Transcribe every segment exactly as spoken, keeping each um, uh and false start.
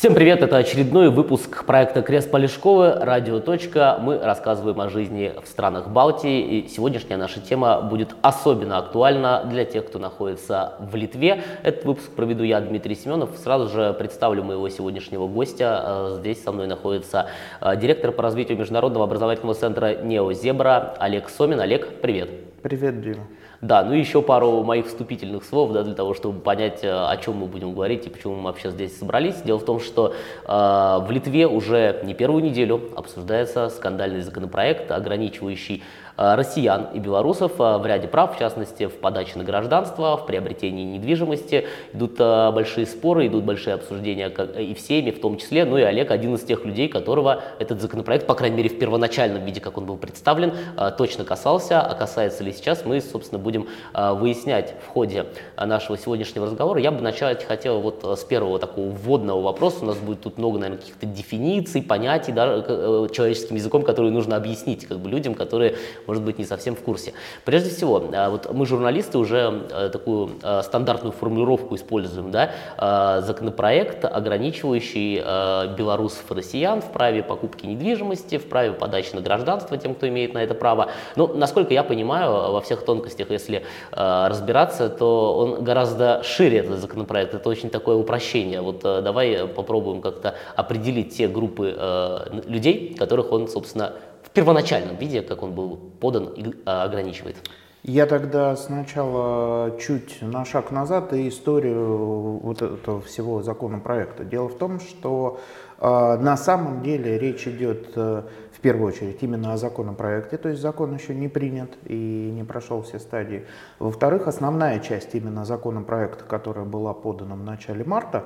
Всем привет! Это очередной выпуск проекта Крест Полешковы, радио «Точка». Мы рассказываем о жизни в странах Балтии. И сегодняшняя наша тема будет особенно актуальна для тех, кто находится в Литве. Этот выпуск проведу я, Дмитрий Семенов. Сразу же представлю моего сегодняшнего гостя. Здесь со мной находится директор по развитию международного образовательного центра «Неозебра» Олег Сомин. Олег, привет! Привет, Дима. Да, ну и еще пару моих вступительных слов, да, для того, чтобы понять, о чем мы будем говорить и почему мы вообще здесь собрались. Дело в том, что э, в Литве уже не первую неделю обсуждается скандальный законопроект, ограничивающий э, россиян и белорусов э, в ряде прав, в частности, в подаче на гражданство, в приобретении недвижимости. Идут э, большие споры, идут большие обсуждения как, и в Сейме в том числе. Ну и Олег один из тех людей, которого этот законопроект, по крайней мере в первоначальном виде, как он был представлен, э, точно касался. А касается ли сейчас, мы, собственно, будем э, выяснять в ходе нашего сегодняшнего разговора. Я бы начать хотел вот с первого такого вводного вопроса. У нас будет тут много, наверное, каких-то дефиниций, понятий, да, э, человеческим языком, которые нужно объяснить как бы людям, которые, может быть, не совсем в курсе. Прежде всего, э, вот мы, журналисты, уже э, такую э, стандартную формулировку используем, да, э, законопроект, ограничивающий э, белорусов и россиян в праве покупки недвижимости, в праве подачи на гражданство тем, кто имеет на это право. Но, насколько я понимаю, во всех тонкостях, если э, разбираться, то он гораздо шире, этот законопроект. Это очень такое упрощение. Вот э, давай попробуем как-то определить те группы э, людей, которых он, собственно, в первоначальном виде, как он был подан, и, э, ограничивает. Я тогда сначала чуть на шаг назад и историю вот этого всего законопроекта. Дело в том, что э, на самом деле речь идет э, в первую очередь именно о законопроекте, то есть закон еще не принят и не прошел все стадии. Во-вторых, основная часть именно законопроекта, которая была подана в начале марта,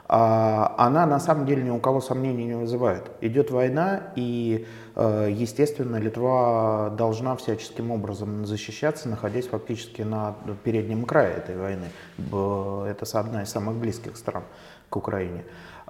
она на самом деле ни у кого сомнений не вызывает. Идет война, и, естественно, Литва должна всяческим образом защищаться, находясь фактически на переднем крае этой войны. Это одна из самых близких стран к Украине.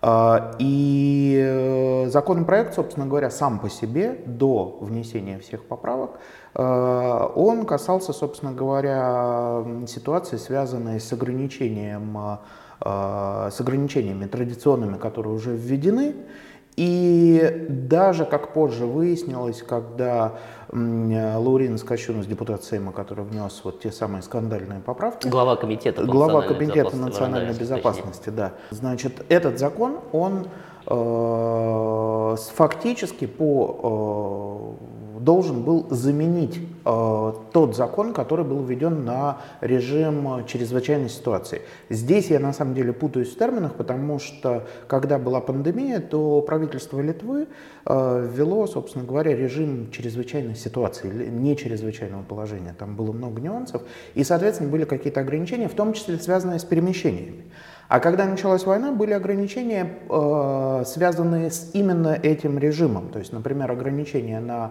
И законопроект, собственно говоря, сам по себе, до внесения всех поправок, он касался, собственно говоря, ситуации, связанной с ограничением с ограничениями традиционными, которые уже введены. И даже, как позже выяснилось, когда Лауринас Кащунас, депутат Сейма, который внес вот те самые скандальные поправки, глава комитета, глава комитета национальной безопасности, да, значит, этот закон, он э, фактически по э, должен был заменить э, тот закон, который был введен на режим чрезвычайной ситуации. Здесь я на самом деле путаюсь в терминах, потому что когда была пандемия, то правительство Литвы э, ввело, собственно говоря, режим чрезвычайной ситуации, не чрезвычайного положения. Там было много нюансов, и, соответственно, были какие-то ограничения, в том числе связанные с перемещениями. А когда началась война, были ограничения, э, связанные с именно этим режимом. То есть, например, ограничения на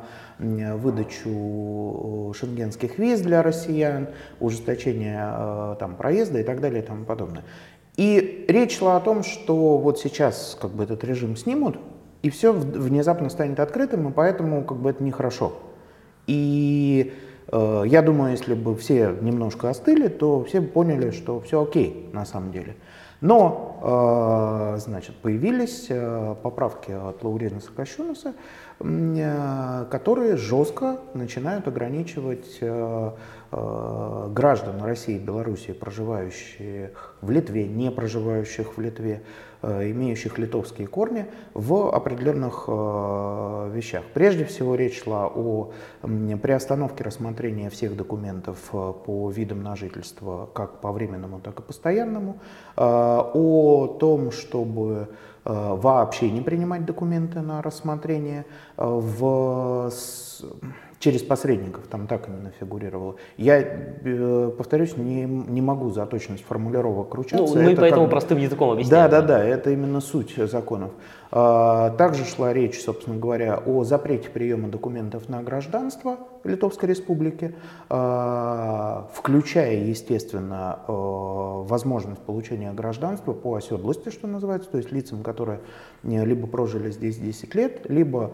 выдачу шенгенских виз для россиян, ужесточение э, там, проезда и так далее и тому подобное. И речь шла о том, что вот сейчас как бы, этот режим снимут, и все внезапно станет открытым, и поэтому как бы, это нехорошо. И э, я думаю, если бы все немножко остыли, то все бы поняли, что все окей на самом деле. Но, значит, появились поправки от Лауринаса Кащунаса, которые жестко начинают ограничивать граждан России и Белоруссии, проживающих в Литве, не проживающих в Литве, имеющих литовские корни, в определенных вещах. Прежде всего речь шла о приостановке рассмотрения всех документов по видам на жительство, как по временному, так и постоянному, о том, чтобы вообще не принимать документы на рассмотрение в через посредников, там так именно фигурировало. Я, э, повторюсь, не, не могу за точность формулировок ручаться. Ну, мы это поэтому как... простым языком объясняем. Да, да, да, это именно суть законов. Также шла речь, собственно говоря, о запрете приема документов на гражданство Литовской Республики, включая, естественно, возможность получения гражданства по оседлости, что называется, то есть лицам, которые либо прожили здесь десять лет, либо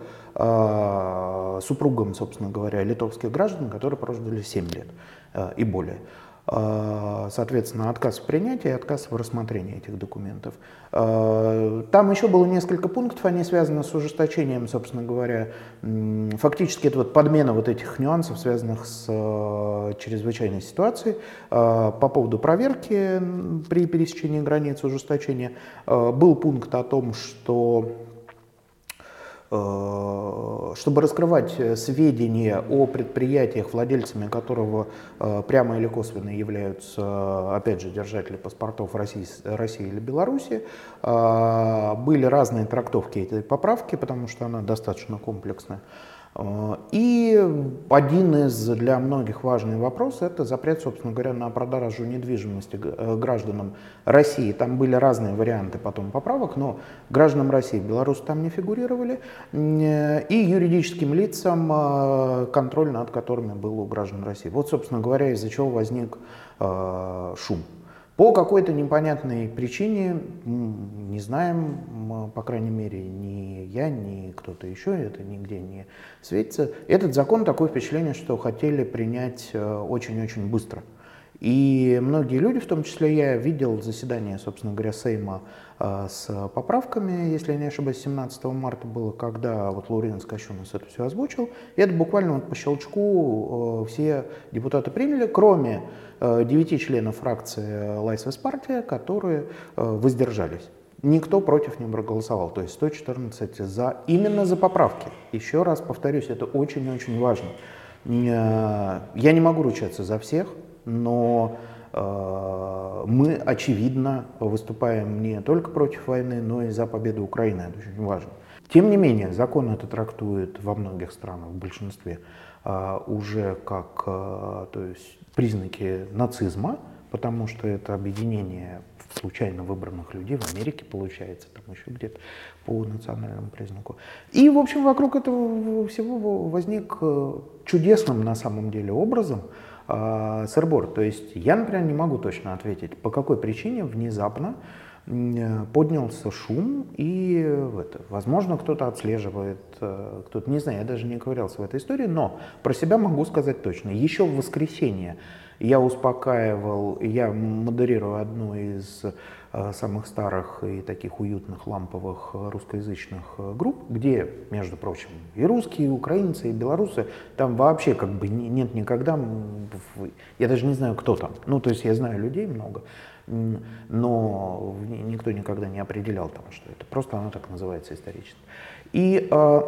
супругам, собственно говоря, литовских граждан, которые прожили семь лет и более. соответственно, отказ в принятии и отказ в рассмотрении этих документов. Там еще было несколько пунктов, они связаны с ужесточением, собственно говоря, фактически это вот подмена вот этих нюансов, связанных с чрезвычайной ситуацией. По поводу проверки при пересечении границ, ужесточения, был пункт о том, что чтобы раскрывать сведения о предприятиях, владельцами которого прямо или косвенно являются, опять же, держатели паспортов России, России или Беларуси, были разные трактовки этой поправки, потому что она достаточно комплексная. И один из для многих важный вопрос — это запрет, собственно говоря, на продажу недвижимости гражданам России. Там были разные варианты потом поправок, но гражданам России, белорусы там не фигурировали, и юридическим лицам, контроль над которыми был у граждан России. Вот, собственно говоря, из-за чего возник шум. По какой-то непонятной причине, не знаем, по крайней мере, ни я, ни кто-то еще, это нигде не светится, этот закон, такое впечатление, что хотели принять очень-очень быстро. И многие люди, в том числе я, видел заседание, собственно говоря, Сейма с поправками, если я не ошибаюсь, семнадцатого марта было, когда вот Лауринас Кащунас это все озвучил. И это буквально вот по щелчку все депутаты приняли, кроме девяти членов фракции Лайсвес партия, которые воздержались. Никто против не проголосовал, то есть сто четырнадцать за, именно за поправки. Еще раз повторюсь, это очень-очень важно. Я не могу ручаться за всех, но э, мы, очевидно, выступаем не только против войны, но и за победу Украины. Это очень важно. Тем не менее, закон это трактует во многих странах, в большинстве, э, уже как э, то есть, признаки нацизма, потому что это объединение случайно выбранных людей в Америке получается, там еще где-то по национальному признаку. И, в общем, вокруг этого всего возник чудесным на самом деле образом сырбор. То есть я, например, не могу точно ответить, по какой причине внезапно поднялся шум, и это, возможно, кто-то отслеживает, кто-то, не знаю, я даже не ковырялся в этой истории, но про себя могу сказать точно. Еще в воскресенье я успокаивал, я модерирую одну из самых старых и таких уютных ламповых русскоязычных групп, где, между прочим, и русские, и украинцы, и белорусы, там вообще как бы нет никогда, я даже не знаю, кто там, ну, то есть я знаю людей много, но никто никогда не определял там, что это, просто оно так называется исторически. И э,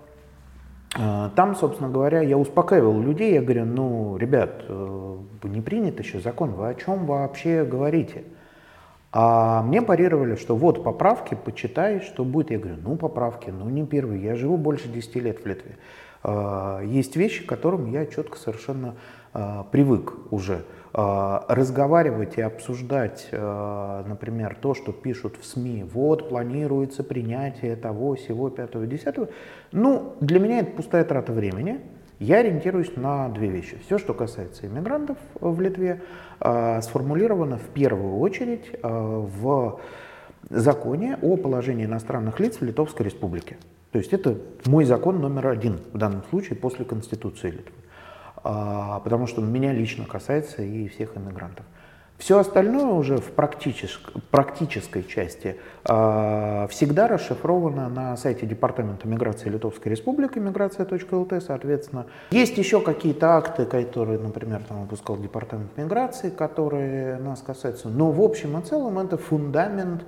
э, там, собственно говоря, я успокаивал людей, я говорю, ну, ребят, э, не принят еще закон, вы о чем вообще говорите? А мне парировали, что вот поправки, почитай, что будет. Я говорю, ну поправки, ну не первые, я живу больше десяти лет в Литве. Есть вещи, к которым я четко совершенно привык уже. Разговаривать и обсуждать, например, то, что пишут в СМИ, вот планируется принятие того, сего, пятого, десятого, ну для меня это пустая трата времени. Я ориентируюсь на две вещи. Все, что касается иммигрантов в Литве, сформулировано в первую очередь в законе о положении иностранных лиц в Литовской Республике. То есть это мой закон номер один в данном случае после Конституции Литвы. Потому что он меня лично касается и всех иммигрантов. Все остальное уже в практической, практической части э, всегда расшифровано на сайте Департамента миграции Литовской Республики, миграция точка эл тэ, соответственно. Есть еще какие-то акты, которые, например, там выпускал Департамент миграции, которые нас касаются. Но в общем и целом это фундамент,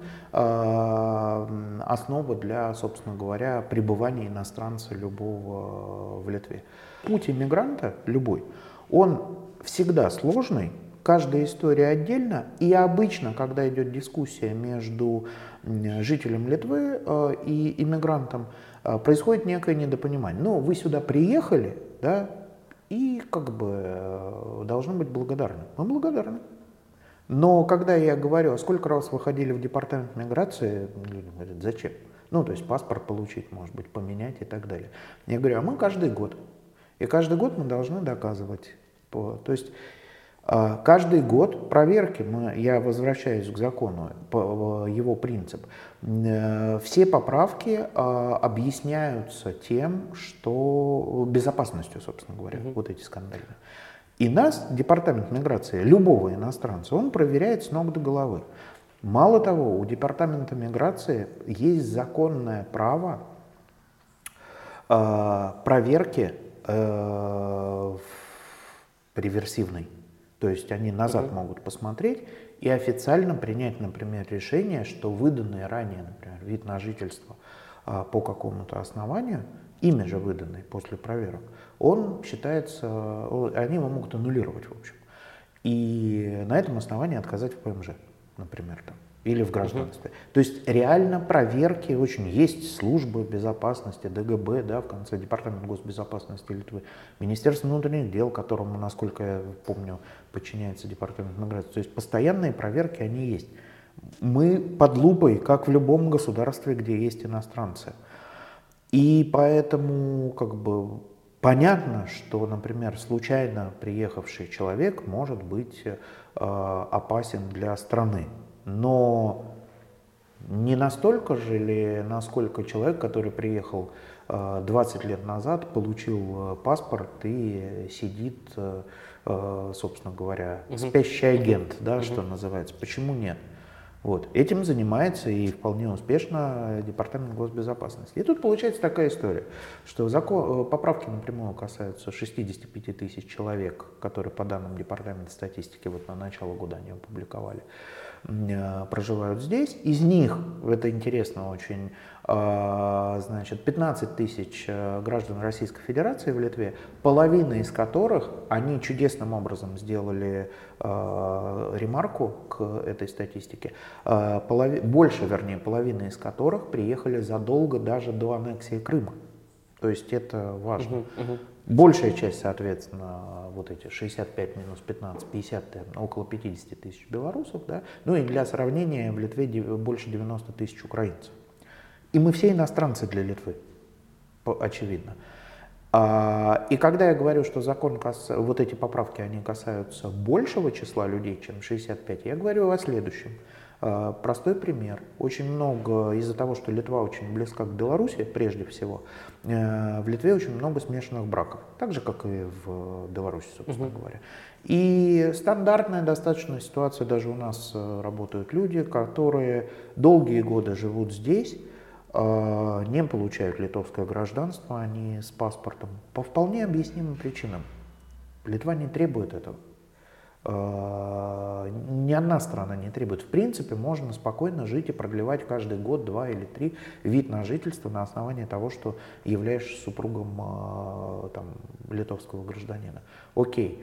э, основа для, собственно говоря, пребывания иностранца любого в Литве. Путь иммигранта, любой, он всегда сложный. Каждая история отдельно, и обычно, когда идет дискуссия между жителем Литвы и иммигрантом, происходит некое недопонимание. Ну, вы сюда приехали, да, и как бы должны быть благодарны. Мы благодарны. Но когда я говорю, а сколько раз вы ходили в департамент миграции, люди говорят, зачем? Ну, то есть паспорт получить, может быть, поменять и так далее. Я говорю, а мы каждый год. И каждый год мы должны доказывать. То есть каждый год проверки, мы, я возвращаюсь к закону, его принцип, все поправки объясняются тем, что безопасностью, собственно говоря, mm-hmm. вот эти скандальные. И нас, департамент миграции, любого иностранца, он проверяет с ног до головы. Мало того, у департамента миграции есть законное право э, проверки э, реверсивной. То есть они назад uh-huh. могут посмотреть и официально принять, например, решение, что выданный ранее, например, вид на жительство э, по какому-то основанию, ими же выданный после проверок, он считается, они его могут аннулировать, в общем. И на этом основании отказать в ПМЖ, например, там, или в гражданстве. Uh-huh. То есть реально проверки очень есть, службы безопасности, ДГБ, да, в конце Департамент госбезопасности Литвы, Министерство внутренних дел, которому, насколько я помню, подчиняется Департамент миграции. То есть постоянные проверки, они есть. Мы под лупой, как в любом государстве, где есть иностранцы. И поэтому как бы понятно, что, например, случайно приехавший человек может быть э, опасен для страны. Но не настолько же ли, насколько человек, который приехал э, двадцать лет назад, получил э, паспорт и сидит, э, собственно говоря, uh-huh. спящий агент, uh-huh. да, uh-huh. что называется. Почему нет? Вот. Этим занимается и вполне успешно Департамент госбезопасности. И тут получается такая история, что закон, поправки напрямую касаются шестидесяти пяти тысяч человек, которые по данным Департамента статистики вот на начало года они опубликовали, проживают здесь. Из них, это интересно очень, значит, пятнадцать тысяч граждан Российской Федерации в Литве, половина из которых, они чудесным образом сделали ремарку к этой статистике, полови, больше, вернее, половина из которых приехали задолго даже до аннексии Крыма. То есть это важно. Uh-huh, uh-huh. Большая часть, соответственно, вот эти шестьдесят пять минус пятнадцать, пятьдесят, около пятьдесят тысяч белорусов, да? Ну и для сравнения, в Литве больше девяноста тысяч украинцев. И мы все иностранцы для Литвы, очевидно. И когда я говорю, что закон кас... вот эти поправки, они касаются большего числа людей, чем шестьдесят пять, я говорю о следующем. Простой пример. Очень много, из-за того, что Литва очень близка к Беларуси, прежде всего, в Литве очень много смешанных браков, так же, как и в Беларуси, собственно uh-huh. говоря. И стандартная достаточно ситуация, даже у нас работают люди, которые долгие годы живут здесь, не получают литовское гражданство, они с паспортом, по вполне объяснимым причинам. Литва не требует этого. Ни одна страна не требует. В принципе, можно спокойно жить и продлевать каждый год, два или три вид на жительство на основании того, что являешься супругом там, литовского гражданина. Окей.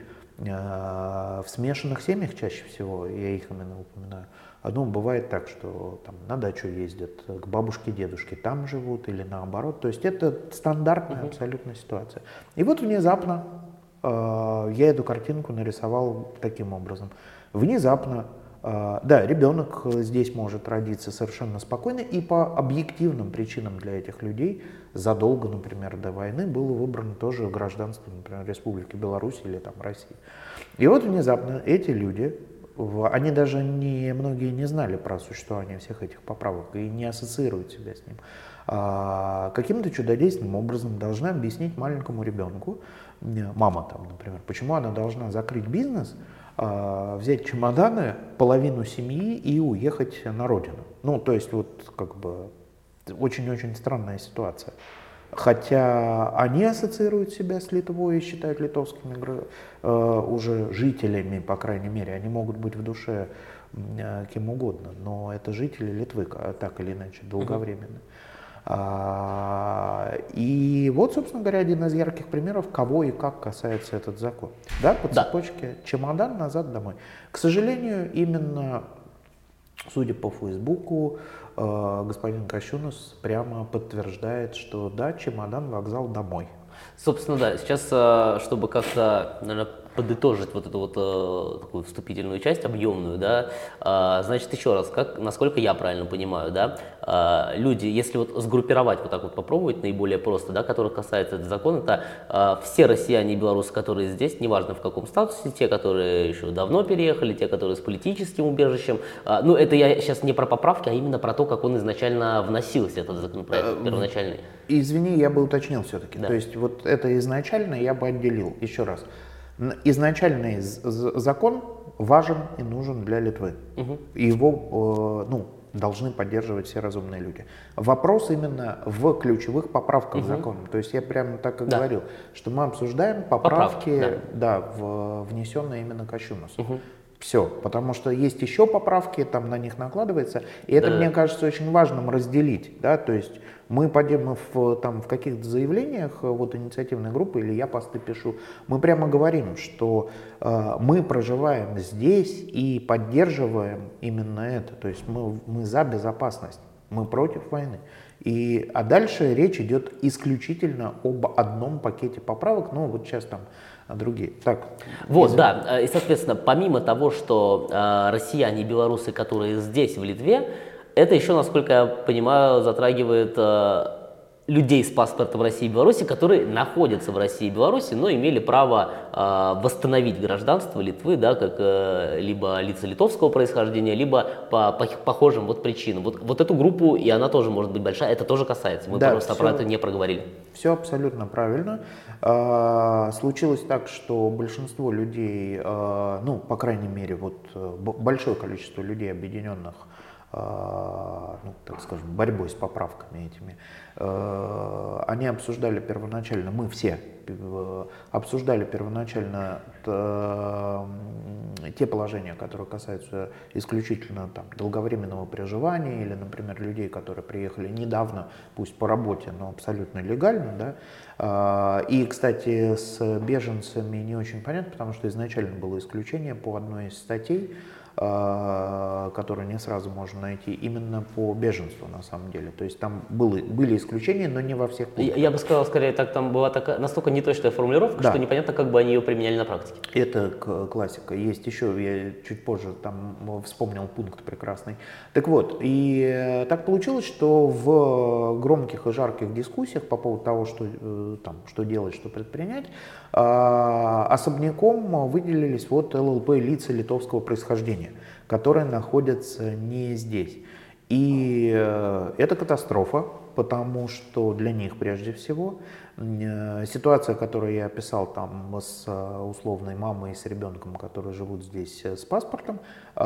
В смешанных семьях чаще всего, я их именно упоминаю, ну, бывает так, что там, на дачу ездят, к бабушке, дедушке там живут или наоборот. То есть это стандартная uh-huh. абсолютно ситуация. И вот внезапно э, я эту картинку нарисовал таким образом. Внезапно, э, да, ребенок здесь может родиться совершенно спокойно, и по объективным причинам для этих людей задолго, например, до войны было выбрано тоже гражданство, например, Республики Беларусь или там России. И вот внезапно эти люди, они даже не, многие не знали про существование всех этих поправок и не ассоциируют себя с ним. А, каким-то чудодейственным образом должны объяснить маленькому ребенку, мама там, например, почему она должна закрыть бизнес, а, взять чемоданы, половину семьи и уехать на родину. Ну, то есть вот как бы очень-очень странная ситуация. Хотя они ассоциируют себя с Литвой и считают литовскими э, уже жителями, по крайней мере. Они могут быть в душе э, кем угодно, но это жители Литвы, так или иначе, долговременно. Uh-huh. А, и вот, собственно говоря, один из ярких примеров, кого и как касается этот закон. Да, по цепочке да. чемодан назад домой. К сожалению, именно, судя по Фейсбуку, господин Кощунас прямо подтверждает, что да, чемодан, вокзал, домой. Собственно, да, сейчас, чтобы как-то, наверное, подытожить вот эту вот э, такую вступительную часть, объемную, да, э, значит, еще раз, как, насколько я правильно понимаю, да, э, люди, если вот сгруппировать, вот так вот попробовать наиболее просто, да, которых касается этот закон, это э, все россияне и белорусы, которые здесь, неважно в каком статусе, те, которые еще давно переехали, те, которые с политическим убежищем, э, ну, это я сейчас не про поправки, а именно про то, как он изначально вносился, этот законопроект первоначальный. Извини, я бы уточнил все-таки, да. То есть вот это изначально я бы отделил, еще раз. Изначальный закон важен и нужен для Литвы. Угу. Его, ну, должны поддерживать все разумные люди. Вопрос именно в ключевых поправках угу. закона. То есть я прямо так и да. говорил, что мы обсуждаем поправки, поправки да. Да, в, внесенные именно Кощунасу. Угу. Все, потому что есть еще поправки, там на них накладывается, и это, да. мне кажется, очень важным разделить, да, то есть мы пойдем в, там, в каких-то заявлениях, вот инициативной группы, или я посты пишу, мы прямо говорим, что э, мы проживаем здесь и поддерживаем именно это, то есть мы, мы за безопасность, мы против войны. И, а дальше речь идет исключительно об одном пакете поправок, ну вот сейчас там другие. Так, вот, извините. Да, и соответственно, помимо того, что э, россияне и белорусы, которые здесь, в Литве, это еще, насколько я понимаю, затрагивает э, людей с паспортом России и Беларуси, которые находятся в России и Беларуси, но имели право э, восстановить гражданство Литвы, да, как э, либо лица литовского происхождения, либо по, по похожим вот причинам. Вот, вот эту группу, и она тоже может быть большая, это тоже касается. Мы да, просто все, про это не проговорили. Все абсолютно правильно. А, случилось так, что большинство людей, а, ну, по крайней мере, вот большое количество людей, объединенных, ну, так скажем, борьбой с поправками этими, они обсуждали первоначально, мы все обсуждали первоначально те положения, которые касаются исключительно там, долговременного проживания или, например, людей, которые приехали недавно, пусть по работе, но абсолютно легально, да. И, кстати, с беженцами не очень понятно, потому что изначально было исключение по одной из статей, которые не сразу можно найти, именно по беженству на самом деле. То есть там было, были исключения, но не во всех пунктах. Я, я бы сказал, скорее, так там была такая, настолько неточная формулировка, да. что непонятно, как бы они ее применяли на практике. Это классика. Есть еще, я чуть позже там вспомнил пункт прекрасный. Так вот, и так получилось, что в громких и жарких дискуссиях по поводу того, что, там, что делать, что предпринять, особняком выделились вот эл эл пэ лица литовского происхождения, которые находятся не здесь. И это катастрофа, потому что для них прежде всего ситуация, которую я описал там с условной мамой и с ребенком, которые живут здесь с паспортом,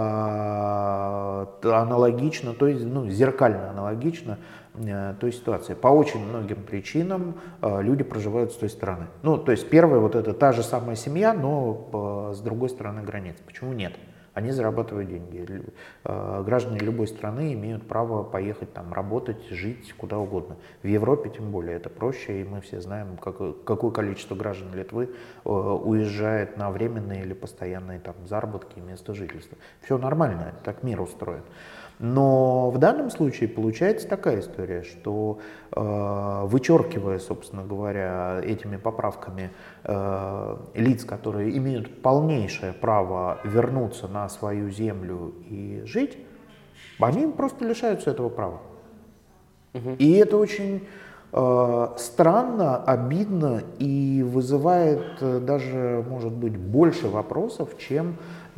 аналогично, то есть ну, зеркально аналогично той ситуации. По очень многим причинам люди проживают с той стороны. Ну, то есть первое, вот это та же самая семья, но с другой стороны границ. Почему нет? Они зарабатывают деньги. Граждане любой страны имеют право поехать там работать, жить куда угодно. В Европе тем более это проще, и мы все знаем, какое, какое количество граждан Литвы уезжает на временные или постоянные там заработки и место жительства. Все нормально, так мир устроен. Но в данном случае получается такая история, что э, вычеркивая, собственно говоря, этими поправками э, лиц, которые имеют полнейшее право вернуться на свою землю и жить, они просто лишаются этого права. Угу. И это очень э, странно, обидно и вызывает э, даже, может быть, больше вопросов, чем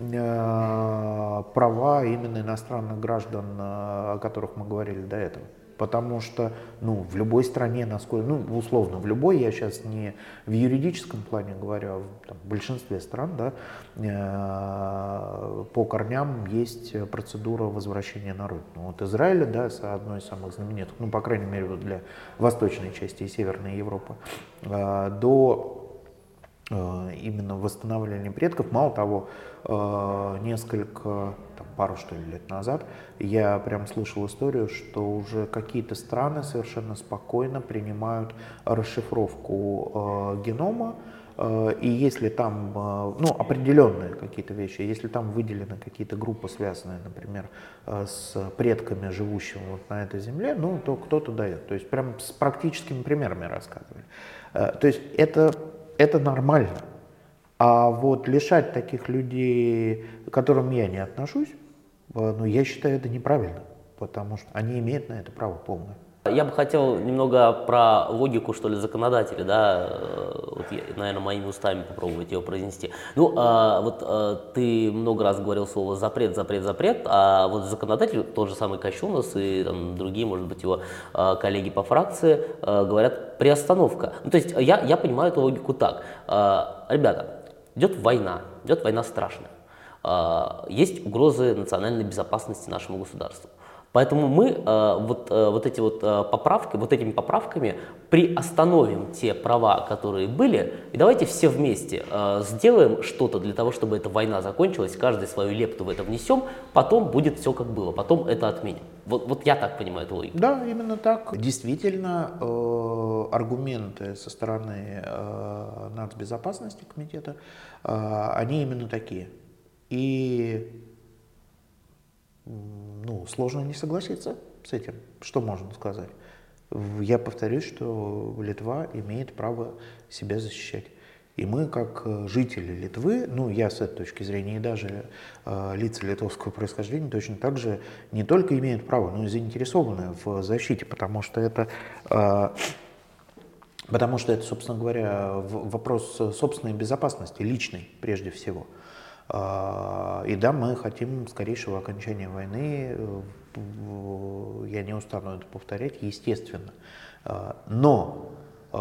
права именно иностранных граждан, о которых мы говорили до этого. Потому что ну, в любой стране, насколько, ну, условно, в любой, я сейчас не в юридическом плане говорю, а в, там, в большинстве стран, да, э, по корням есть процедура возвращения на родину. Вот Израиль, да, одной из самых знаменитых, ну, по крайней мере, вот для восточной части и Северной Европы, э, до именно восстановления предков. Мало того, несколько, там, пару что ли лет назад я прям слышал историю, что уже какие-то страны совершенно спокойно принимают расшифровку генома, и если там, ну, определенные какие-то вещи, если там выделены какие-то группы, связанные, например, с предками, живущими вот на этой земле, ну, то кто-то дает. То есть прям с практическими примерами рассказывали. То есть это Это нормально. А вот лишать таких людей, к которым я не отношусь, ну, я считаю, это неправильно, потому что они имеют на это право полное. Я бы хотел немного про логику, что ли, законодателя, да, вот я, наверное, моими устами попробовать ее произнести. Ну, а, вот а, ты много раз говорил слово запрет, запрет, запрет, а вот законодатель, тот же самый Кощунас и там, другие, может быть, его а, коллеги по фракции а, говорят приостановка. Ну, то есть я, я понимаю эту логику так. А, ребята, идет война, идет война страшная. Есть угрозы национальной безопасности нашему государству. Поэтому мы э, вот, э, вот эти вот э, поправки, вот этими поправками приостановим те права, которые были, и давайте все вместе э, сделаем что-то для того, чтобы эта война закончилась, каждый свою лепту в это внесем, потом будет все как было, потом это отменим. Вот, вот я так понимаю эту логику. Да, именно так. Действительно, э, аргументы со стороны э, нацбезопасности комитета, э, они именно такие. И ну, сложно не согласиться с этим. Что можно сказать? Я повторюсь, что Литва имеет право себя защищать. И мы, как жители Литвы, ну, я с этой точки зрения, и даже э, лица литовского происхождения точно так же не только имеют право, но и заинтересованы в защите, потому что это, э, потому что это, собственно говоря, вопрос собственной безопасности, личной прежде всего. И да, мы хотим скорейшего окончания войны, я не устану это повторять, естественно. Но,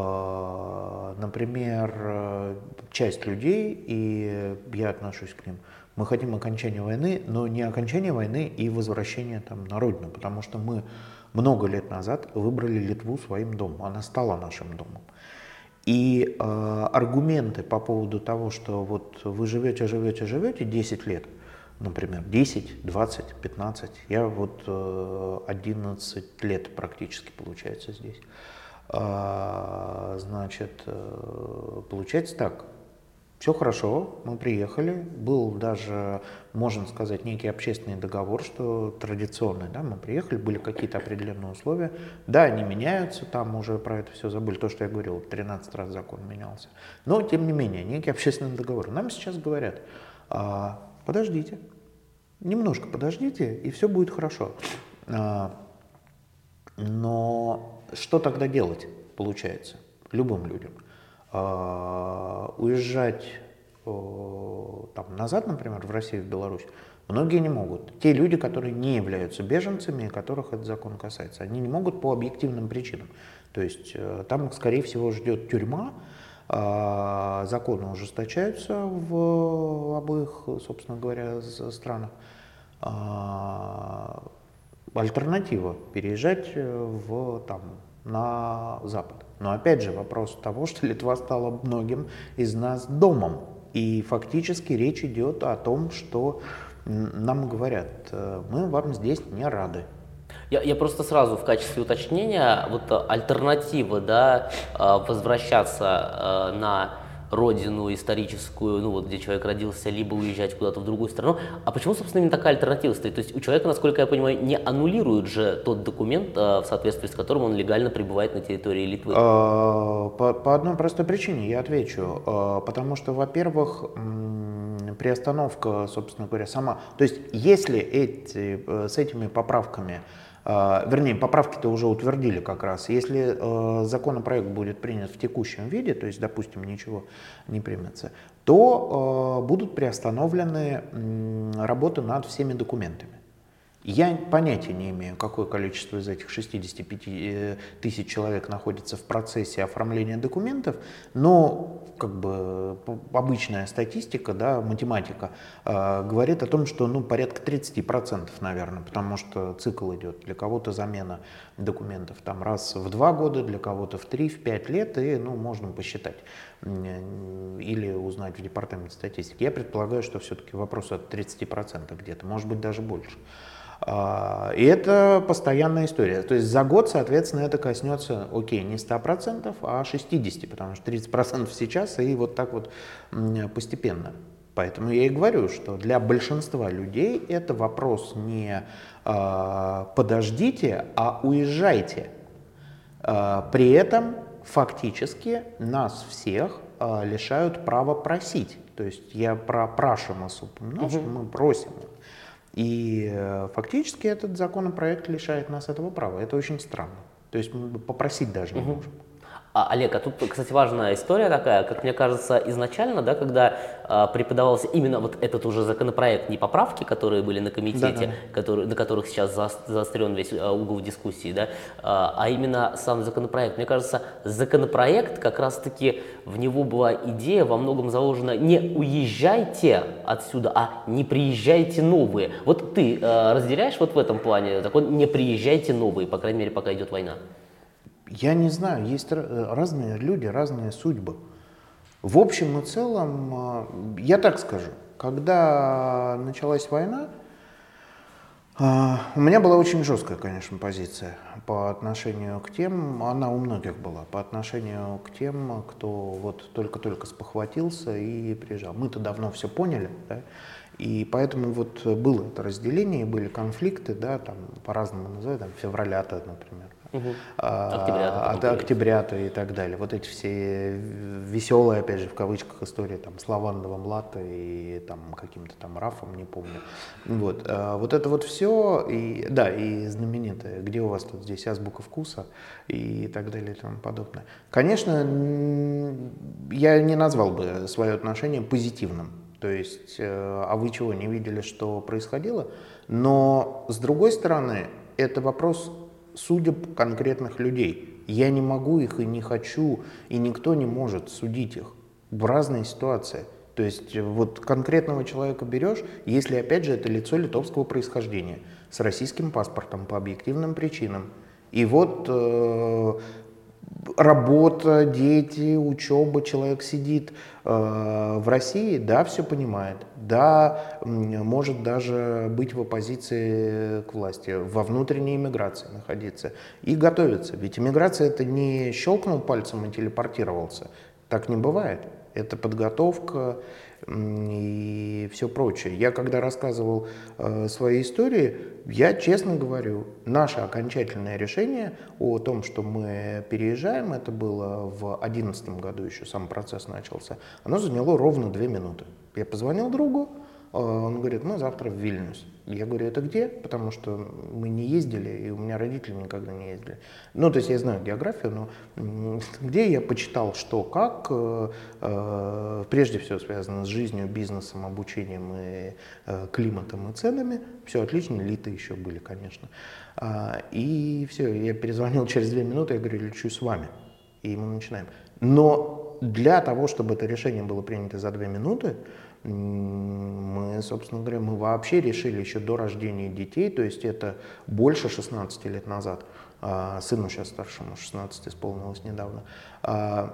например, часть людей, и я отношусь к ним, мы хотим окончания войны, но не окончания войны и возвращения там, на родину, потому что мы много лет назад выбрали Литву своим домом, она стала нашим домом. И э, аргументы по поводу того, что вот вы живете, живете, живете десять лет, например, десять, двадцать, пятнадцать, я вот э, одиннадцать лет практически получается здесь. Э, значит, э, получается так, все хорошо, мы приехали, был даже, можно сказать, некий общественный договор, что традиционный, да, мы приехали, были какие-то определенные условия, да, они меняются, там уже про это все забыли, то, что я говорил, тринадцать раз закон менялся, но, тем не менее, некий общественный договор. Нам сейчас говорят, а, подождите, немножко подождите, и все будет хорошо. А, но что тогда делать, получается, любым людям? Уезжать там, назад, например, в Россию, в Беларусь, многие не могут. Те люди, которые не являются беженцами, которых этот закон касается, они не могут по объективным причинам. То есть там, скорее всего, ждет тюрьма, законы ужесточаются в обоих, собственно говоря, странах. Альтернатива – переезжать в, там, на Запад. Но опять же вопрос того, что Литва стала многим из нас домом. И фактически речь идет о том, что нам говорят, мы вам здесь не рады. Я, я просто сразу в качестве уточнения, вот альтернатива, да, возвращаться на родину историческую, ну вот где человек родился, либо уезжать куда-то в другую страну. А почему, собственно, именно такая альтернатива стоит? То есть у человека, насколько я понимаю, не аннулируют же тот документ, в соответствии с которым он легально пребывает на территории Литвы? По, по одной простой причине я отвечу. Потому что, во-первых, приостановка, собственно говоря, сама... То есть если эти, с этими поправками, вернее, поправки-то уже утвердили как раз. Если э, законопроект будет принят в текущем виде, то есть, допустим, ничего не примется, то э, будут приостановлены э, работы над всеми документами. Я понятия не имею, какое количество из этих шестидесяти пяти тысяч человек находится в процессе оформления документов, но как бы обычная статистика, да, математика э, говорит о том, что ну, порядка тридцати процентов, наверное, потому что цикл идет. Для кого-то замена документов там, раз в два года, для кого-то в три, в пять лет, и ну, можно посчитать или узнать в департаменте статистики. Я предполагаю, что все-таки вопрос от тридцати процентов где-то, может быть даже больше. И это постоянная история. То есть за год, соответственно, это коснется, окей, не ста процентов, а шестидесяти процентов, потому что тридцать процентов сейчас и вот так вот постепенно. Поэтому я и говорю, что для большинства людей это вопрос не подождите, а уезжайте. При этом фактически нас всех лишают права просить. То есть я про прашимас упомянул, угу. что мы просим. И фактически этот законопроект лишает нас этого права. Это очень странно. То есть мы попросить даже не угу. можем. А, Олег, а тут, кстати, важная история такая, как мне кажется, изначально, да, когда а, преподавался именно вот этот уже законопроект, не поправки, которые были на комитете, Да-да-да. которые, на которых сейчас за, заострен весь а, угол дискуссии, да, а, а именно сам законопроект. Мне кажется, законопроект, как раз-таки в него была идея во многом заложена не уезжайте отсюда, а не приезжайте новые. Вот ты а, разделяешь вот в этом плане закон не приезжайте новые, по крайней мере, пока идет война? Я не знаю, есть разные люди, разные судьбы. В общем и целом, я так скажу, когда началась война, у меня была очень жесткая, конечно, позиция по отношению к тем, она у многих была, по отношению к тем, кто вот только-только спохватился и приезжал. Мы-то давно все поняли, да, и поэтому вот было это разделение, были конфликты, да, там по-разному называют, там февраля-то, например. Угу. А, от октября-то и так далее. Вот эти все веселые, опять же, в кавычках истории там, с лавандовым латте и там каким-то там рафом, не помню. Вот, а, вот это вот все, и, да, и знаменитое, где у вас тут здесь азбука вкуса и так далее и тому подобное. Конечно, я не назвал бы свое отношение позитивным. То есть, а вы чего, не видели, что происходило? Но, с другой стороны, это вопрос судеб конкретных людей. Я не могу их и не хочу, и никто не может судить их в разные ситуации. То есть вот конкретного человека берешь, если опять же это лицо литовского происхождения, с российским паспортом по объективным причинам. И вот э, работа, дети, учеба, человек сидит э, в России, да, все понимает, да, может даже быть в оппозиции к власти, во внутренней иммиграции находиться и готовиться. Ведь иммиграция это не щелкнул пальцем и телепортировался, так не бывает. Это подготовка и все прочее. Я когда рассказывал э, свои истории, я честно говорю, наше окончательное решение о том, что мы переезжаем, это было в две тысячи одиннадцатом году, еще сам процесс начался, оно заняло ровно две минуты. Я позвонил другу, он говорит, мы завтра в Вильнюс. Я говорю, это где? Потому что мы не ездили, и у меня родители никогда не ездили. Ну, то есть я знаю географию, но где я почитал, что, как, э, прежде всего связано с жизнью, бизнесом, обучением, и, э, климатом и ценами. Все отлично, литы еще были, конечно. А, и все, я перезвонил через две минуты, я говорю, лечу с вами. И мы начинаем. Но для того, чтобы это решение было принято за две минуты, мы, собственно говоря, мы вообще решили еще до рождения детей, то есть это больше шестнадцати лет назад, а, сыну сейчас старшему шестнадцать исполнилось недавно, а,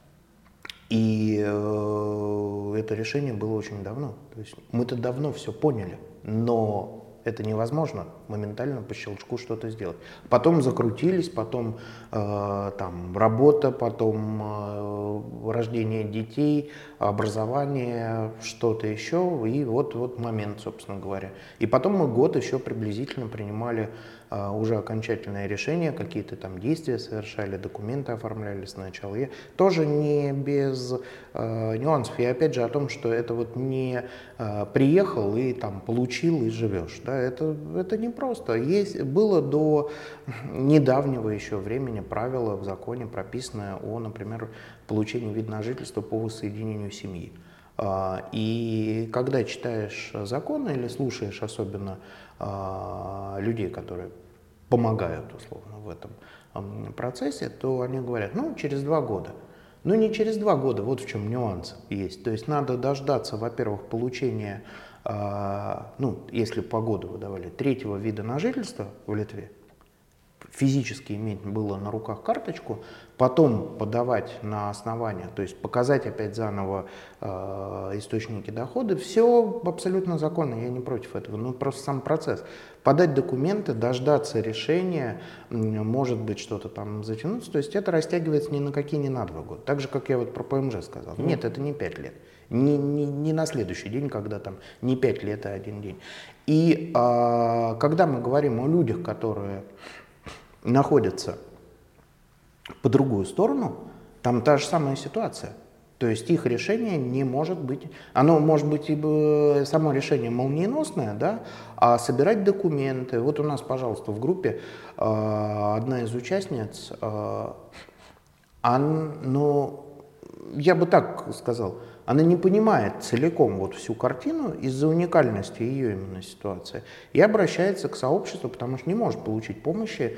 и э, это решение было очень давно, то есть мы-то давно все поняли, но это невозможно моментально по щелчку что-то сделать. Потом закрутились, потом э, там работа, потом э, рождение детей, образование, что-то еще, и вот, вот момент, собственно говоря. И потом мы год еще приблизительно принимали э, уже окончательное решение, какие-то там действия совершали, документы оформляли сначала. И тоже не без э, нюансов. И опять же о том, что это вот не э, приехал и там получил и живешь. Да, это, это непросто. Есть, было до недавнего еще времени правило в законе прописанное о, например, получении вида на жительство по воссоединению семьи. И когда читаешь законы или слушаешь особенно людей, которые помогают условно в этом процессе, то они говорят, ну, через два года. Ну, не через два года, вот в чем нюанс есть. То есть надо дождаться, во-первых, получения, ну, если по году выдавали, третьего вида на жительство в Литве, физически иметь было на руках карточку, потом подавать на основание, то есть показать опять заново э, источники дохода, все абсолютно законно, я не против этого, но просто сам процесс. Подать документы, дождаться решения, может быть что-то там затянуться, то есть это растягивается ни на какие, ни на два года. Так же, как я вот про ПМЖ сказал, mm. нет, это не пять лет, не, не, не на следующий день, когда там не пять лет, а один день. И э, когда мы говорим о людях, которые находятся по другую сторону, там та же самая ситуация. То есть их решение не может быть, оно может быть и само решение молниеносное, да, а собирать документы. Вот у нас, пожалуйста, в группе э, одна из участниц, э, А, ну, я бы так сказал, она не понимает целиком вот всю картину из-за уникальности ее именно ситуации и обращается к сообществу, потому что не может получить помощи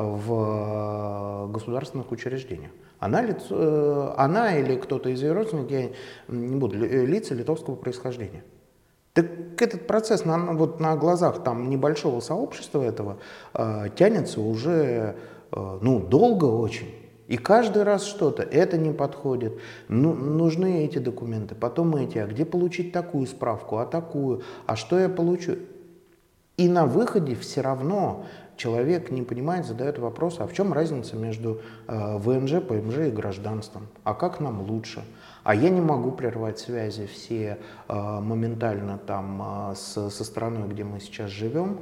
в государственных учреждениях. Она, лицо, она или кто-то из ее родственников, я не буду, лица литовского происхождения. Так этот процесс на, вот на глазах там небольшого сообщества этого э, тянется уже э, ну, долго очень. И каждый раз что-то, это не подходит, ну, нужны эти документы, потом эти, а где получить такую справку, а такую, а что я получу? И на выходе все равно человек не понимает, задает вопрос, а в чем разница между э, ВНЖ, ПМЖ и гражданством, а как нам лучше? А я не могу прервать связи все э, моментально там э, с, со страной, где мы сейчас живем.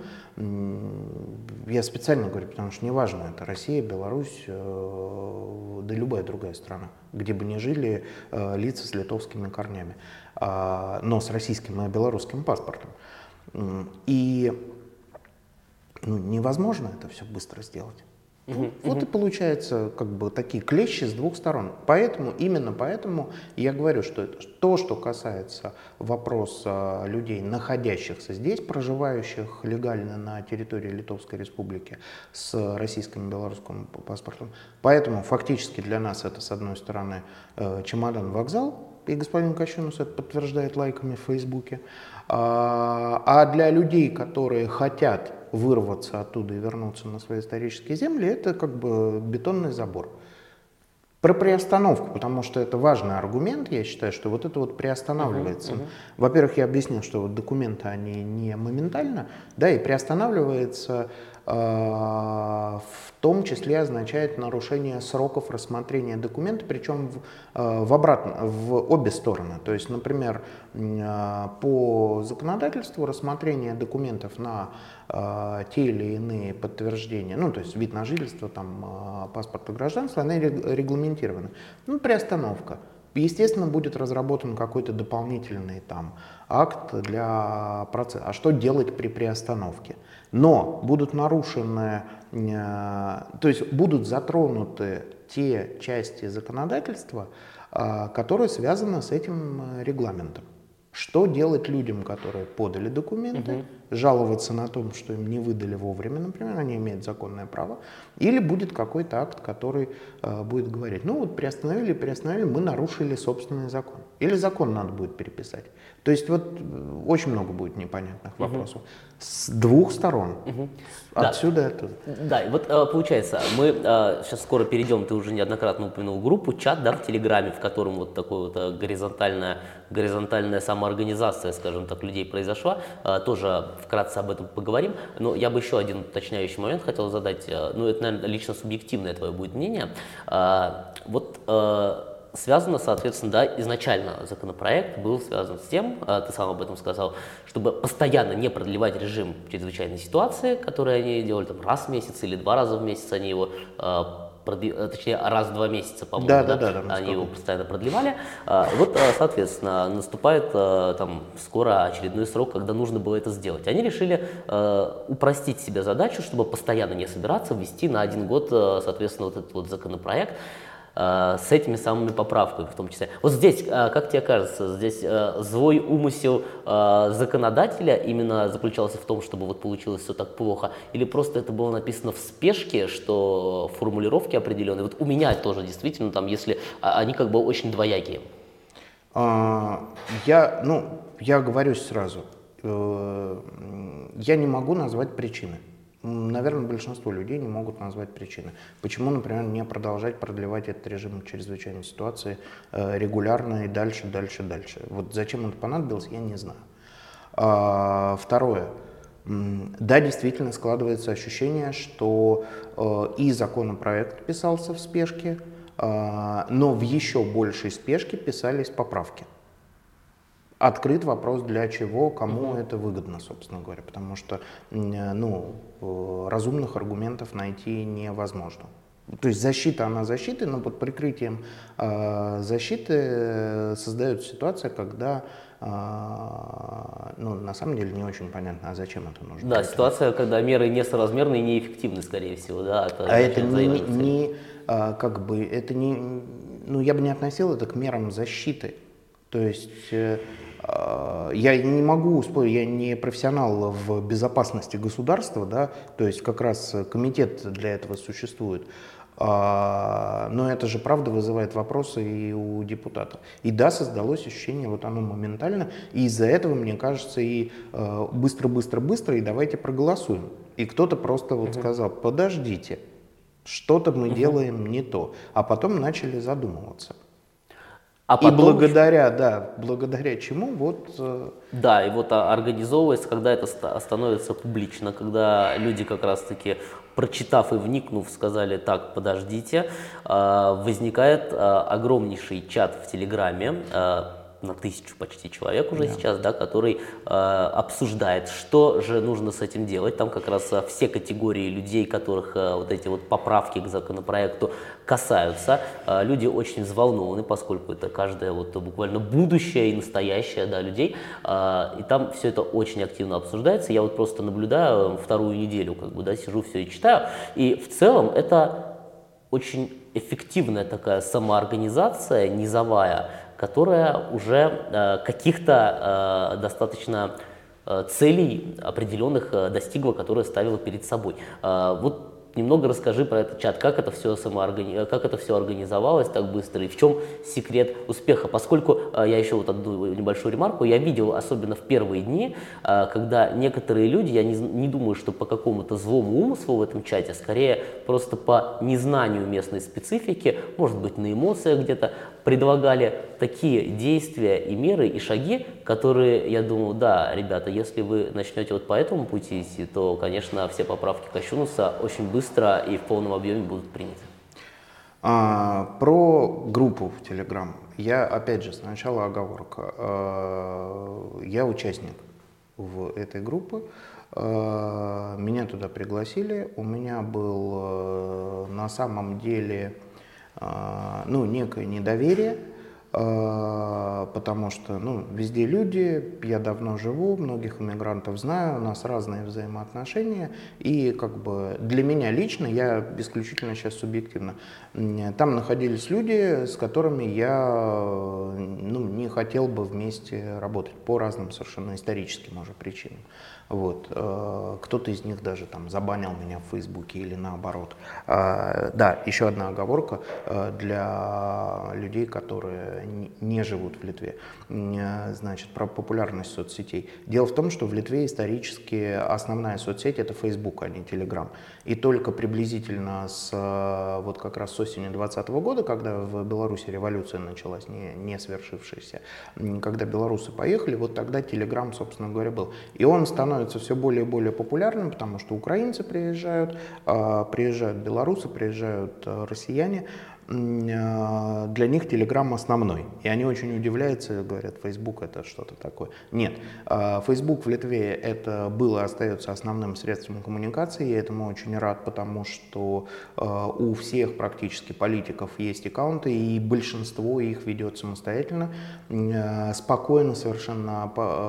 Я специально говорю, потому что неважно, это Россия, Беларусь, э, да любая другая страна, где бы ни жили э, лица с литовскими корнями, э, но с российским и белорусским паспортом. И ну, невозможно это все быстро сделать. Uh-huh, вот uh-huh. и получается как бы такие клещи с двух сторон. Поэтому, именно поэтому я говорю, что это, то, что касается вопроса людей, находящихся здесь, проживающих легально на территории Литовской Республики с российским и белорусским паспортом. Поэтому фактически для нас это, с одной стороны, чемодан-вокзал, и господин Кощунус это подтверждает лайками в Фейсбуке. А для людей, которые хотят вырваться оттуда и вернуться на свои исторические земли, это как бы бетонный забор. Про приостановку, потому что это важный аргумент, я считаю, что вот это вот приостанавливается. Uh-huh, uh-huh. Во-первых, я объяснил, что вот документы, они не моментально, да, и приостанавливается э, в том числе означает нарушение сроков рассмотрения документа, причем в, э, в обратно, в обе стороны. То есть, например, э, по законодательству рассмотрение документов на э, те или иные подтверждения, ну, то есть вид на жительство, там, э, паспорт и гражданство, они регламентированы. Ну, приостановка. Естественно, будет разработан какой-то дополнительный там акт для процесса. А что делать при приостановке? Но будут нарушены, э, то есть будут затронуты те части законодательства, э, которые связаны с этим регламентом. Что делать людям, которые подали документы, угу. жаловаться на то, что им не выдали вовремя, например, они имеют законное право, или будет какой-то акт, который э, будет говорить, ну вот приостановили, приостановили, мы нарушили собственный закон. Или закон надо будет переписать. То есть вот очень много будет непонятных угу. вопросов. С двух сторон. Угу. Отсюда да. это. Да, и вот получается, мы сейчас скоро перейдем, ты уже неоднократно упомянул группу, чат, да, в Телеграме, в котором вот такое вот горизонтальная, горизонтальная самоорганизация, скажем так, людей произошла. Тоже вкратце об этом поговорим. Но я бы еще один уточняющий момент хотел задать. Ну, это, наверное, лично субъективное твое будет мнение. Вот связано, соответственно, да, изначально законопроект был связан с тем, ты сам об этом сказал, чтобы постоянно не продлевать режим чрезвычайной ситуации, который они делали там раз в месяц или два раза в месяц, они его, точнее, раз в два месяца, по-моему, да, да, да, да, да, они его постоянно продлевали. Вот, соответственно, наступает там скоро очередной срок, когда нужно было это сделать. Они решили упростить себе задачу, чтобы постоянно не собираться, ввести на один год, соответственно, вот этот вот законопроект с этими самыми поправками в том числе. Вот здесь, как тебе кажется, здесь злой умысел законодателя именно заключался в том, чтобы вот получилось все так плохо, или просто это было написано в спешке, что формулировки определенные. Вот у меня тоже действительно там, если они как бы очень двоякие. А, я, ну, я говорю сразу, я не могу назвать причины. Наверное, большинство людей не могут назвать причины. Почему, например, не продолжать продлевать этот режим чрезвычайной ситуации э, регулярно и дальше, дальше, дальше. Вот зачем это понадобилось, я не знаю. А, второе. Да, действительно складывается ощущение, что э, и законопроект писался в спешке, э, но в еще большей спешке писались поправки. Открыт вопрос, для чего, кому uh-huh. это выгодно, собственно говоря, потому что ну, разумных аргументов найти невозможно. То есть защита, она защита, но под прикрытием э, защиты создается ситуация, когда ну, на самом деле не очень понятно, а зачем это нужно. Да, ситуация, когда меры несоразмерны и неэффективны, скорее всего, да. Это а это не, не как бы, это не, ну, я бы не относил это к мерам защиты. То есть я не могу спорить, я не профессионал в безопасности государства, да, то есть как раз комитет для этого существует. Но это же правда вызывает вопросы и у депутатов. И да, создалось ощущение, вот оно моментально, и из-за этого, мне кажется, и быстро-быстро-быстро, и давайте проголосуем. И кто-то просто вот сказал, подождите, что-то мы делаем не то, а потом начали задумываться. А потом, и благодаря, да, благодаря чему вот... Да, и вот организовывается, когда это становится публично, когда люди как раз-таки, прочитав и вникнув, сказали, так, подождите, возникает огромнейший чат в Телеграме, на тысячу почти человек уже yeah. сейчас, да, который э, обсуждает, что же нужно с этим делать. Там как раз э, все категории людей, которых э, вот эти вот поправки к законопроекту касаются. Э, люди очень взволнованы, поскольку это каждое вот буквально будущее и настоящее, да, людей. Э, и там все это очень активно обсуждается. Я вот просто наблюдаю вторую неделю, как бы, да, сижу все и читаю. И в целом это очень эффективная такая самоорганизация низовая, которая уже э, каких-то э, достаточно э, целей определенных э, достигла, которые ставила перед собой. Э, вот немного расскажи про этот чат, как это все самооргани... как это все организовалось так быстро и в чем секрет успеха. Поскольку э, я еще вот одну небольшую ремарку, я видел, особенно в первые дни, э, когда некоторые люди, я не, не думаю, что по какому-то злому умыслу в этом чате, скорее просто по незнанию местной специфики, может быть на эмоциях где-то, предлагали такие действия и меры, и шаги, которые, я думаю, да, ребята, если вы начнете вот по этому пути идти, то, конечно, все поправки Кощунуса очень быстро и в полном объеме будут приняты. А, про группу в Telegram. Я, опять же, сначала оговорка. Я участник в этой группе. Меня туда пригласили. У меня был на самом деле... ну, некое недоверие, потому что, ну, везде люди, я давно живу, многих иммигрантов знаю, у нас разные взаимоотношения, и как бы для меня лично, я исключительно сейчас субъективно, там находились люди, с которыми я, ну, не хотел бы вместе работать по разным совершенно историческим уже причинам. Вот. Кто-то из них даже там забанил меня в Фейсбуке или наоборот. Да, еще одна оговорка для людей, которые не живут в Литве. Значит, про популярность соцсетей. Дело в том, что в Литве исторически основная соцсеть — это Facebook, а не Telegram. И только приблизительно с, вот как раз с осени двадцатого года, когда в Беларуси революция началась, не, не свершившаяся, когда белорусы поехали, вот тогда Telegram, собственно говоря, был. И он становится все более и более популярным, потому что украинцы приезжают, приезжают белорусы, приезжают россияне. Для них Telegram основной. И они очень удивляются, говорят, Facebook это что-то такое. Нет, Facebook в Литве это было и остается основным средством коммуникации. Я этому очень рад, потому что у всех практически политиков есть аккаунты, и большинство их ведет самостоятельно, спокойно совершенно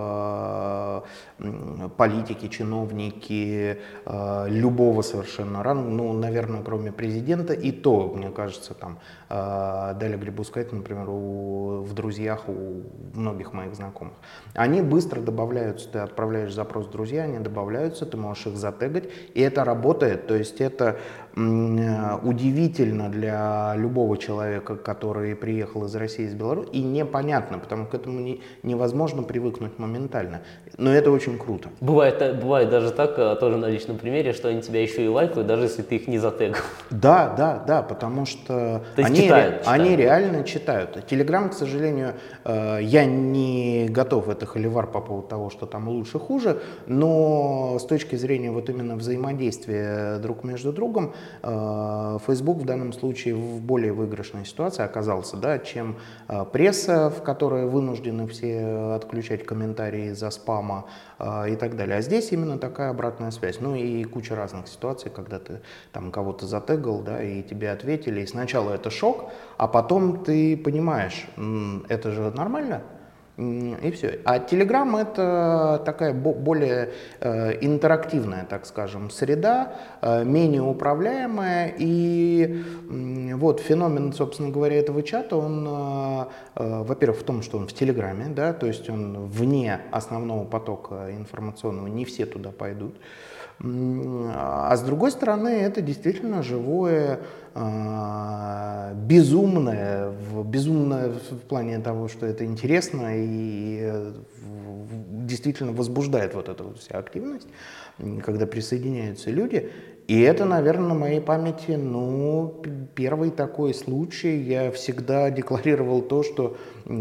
политики, чиновники любого совершенно ранга, ну, наверное, кроме президента, и то, мне кажется, там, Даля Грибускайте, например, у, в друзьях у многих моих знакомых. Они быстро добавляются, ты отправляешь запрос в друзья, они добавляются, ты можешь их затегать, и это работает, то есть это удивительно для любого человека, который приехал из России, из Беларуси, и непонятно, потому что к этому не, невозможно привыкнуть моментально, но это очень круто. Бывает, бывает даже так, тоже на личном примере, что они тебя еще и лайкают, даже если ты их не затегал. Да, да, да, потому что они, читают, ре, читают. они реально читают. Телеграм, к сожалению, я не готов, это холивар по поводу того, что там лучше, хуже, но с точки зрения вот именно взаимодействия друг между другом, Facebook в данном случае в более выигрышной ситуации оказался, да, чем пресса, в которой вынуждены все отключать комментарии из-за спама и так далее. А здесь именно такая обратная связь. Ну и куча разных ситуаций, когда ты там кого-то затегал, да, и тебе ответили. И сначала это шок, а потом ты понимаешь, это же нормально. И все. А Telegram — это такая более э, интерактивная, так скажем, среда, э, менее управляемая. И э, вот феномен, собственно говоря, этого чата, он, э, э, во-первых, в том, что он в Телеграме, да, то есть он вне основного потока информационного, не все туда пойдут. А с другой стороны, это действительно живое, безумное, безумное в плане того, что это интересно и действительно возбуждает вот эту вот вся активность, когда присоединяются люди. И это, наверное, на моей памяти, ну, первый такой случай. Я всегда декларировал то, что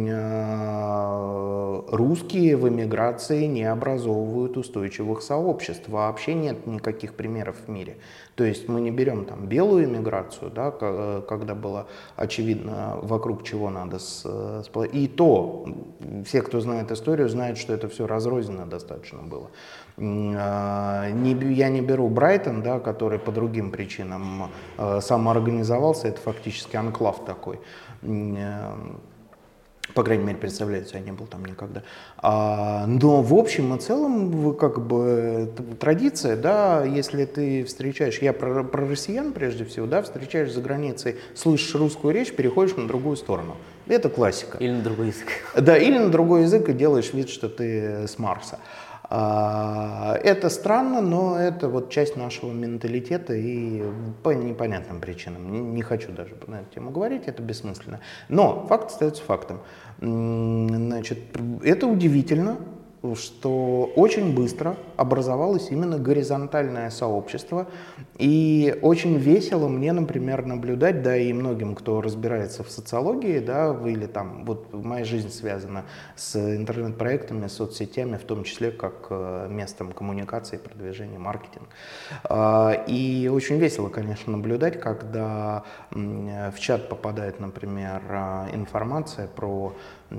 э, русские в эмиграции не образовывают устойчивых сообществ. Вообще нет никаких примеров в мире. То есть мы не берем там белую эмиграцию, да, когда было очевидно, вокруг чего надо сплотить. И то, все, кто знает историю, знают, что это все разрозненно достаточно было. Я не беру Брайтон, да, который по другим причинам самоорганизовался, это фактически анклав такой. По крайней мере, представляется, я не был там никогда. А, но в общем и целом, как бы, традиция, да, если ты встречаешь, я про, про россиян прежде всего, да, встречаешь за границей, слышишь русскую речь, переходишь на другую сторону. Это классика. Или на другой язык. Да, или на другой язык и делаешь вид, что ты с Марса. Это странно, но это вот часть нашего менталитета и по непонятным причинам. Не, не хочу даже на эту тему говорить, это бессмысленно. Но факт остается фактом. Значит, это удивительно, что очень быстро образовалось именно горизонтальное сообщество. И очень весело мне, например, наблюдать, да и многим, кто разбирается в социологии, да, или там, вот моя жизнь связана с интернет-проектами, соцсетями, в том числе как местом коммуникации, продвижения, маркетинга. И очень весело, конечно, наблюдать, когда в чат попадает, например, информация про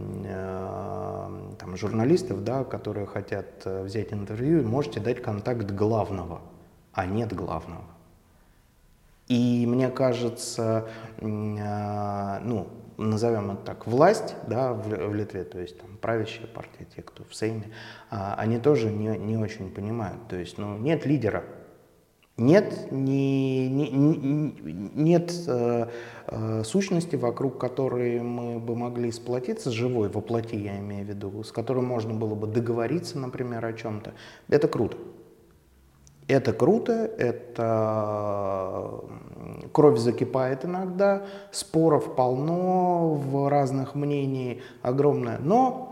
там, журналистов, да, которые хотят взять интервью, можете дать контакт главного, а нет главного. И мне кажется, ну, назовем это так, власть, да, в, в Литве, то есть там правящая партия, те, кто в Сейме, они тоже не, не очень понимают. То есть, ну, нет лидера. Нет, не, не, не, нет э, э, сущности, вокруг которой мы бы могли сплотиться, живой, воплоти я имею в виду, с которой можно было бы договориться, например, о чем-то. Это круто. Это круто, это кровь закипает иногда, споров полно, в разных мнений огромное, но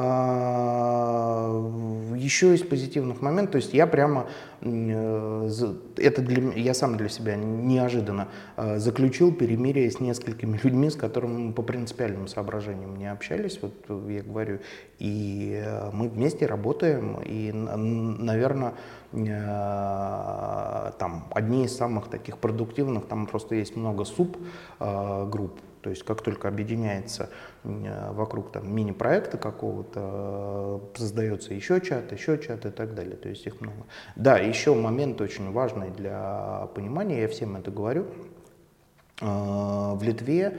еще есть позитивных моментов, то есть я прямо, это для, я сам для себя неожиданно заключил перемирие с несколькими людьми, с которыми мы по принципиальным соображениям не общались, вот я говорю, и мы вместе работаем, и, наверное, там одни из самых таких продуктивных, там просто есть много суб-групп. То есть как только объединяется вокруг там, мини-проекта какого-то, создается еще чат, еще чат и так далее. То есть их много. Да, еще момент очень важный для понимания, я всем это говорю. В Литве,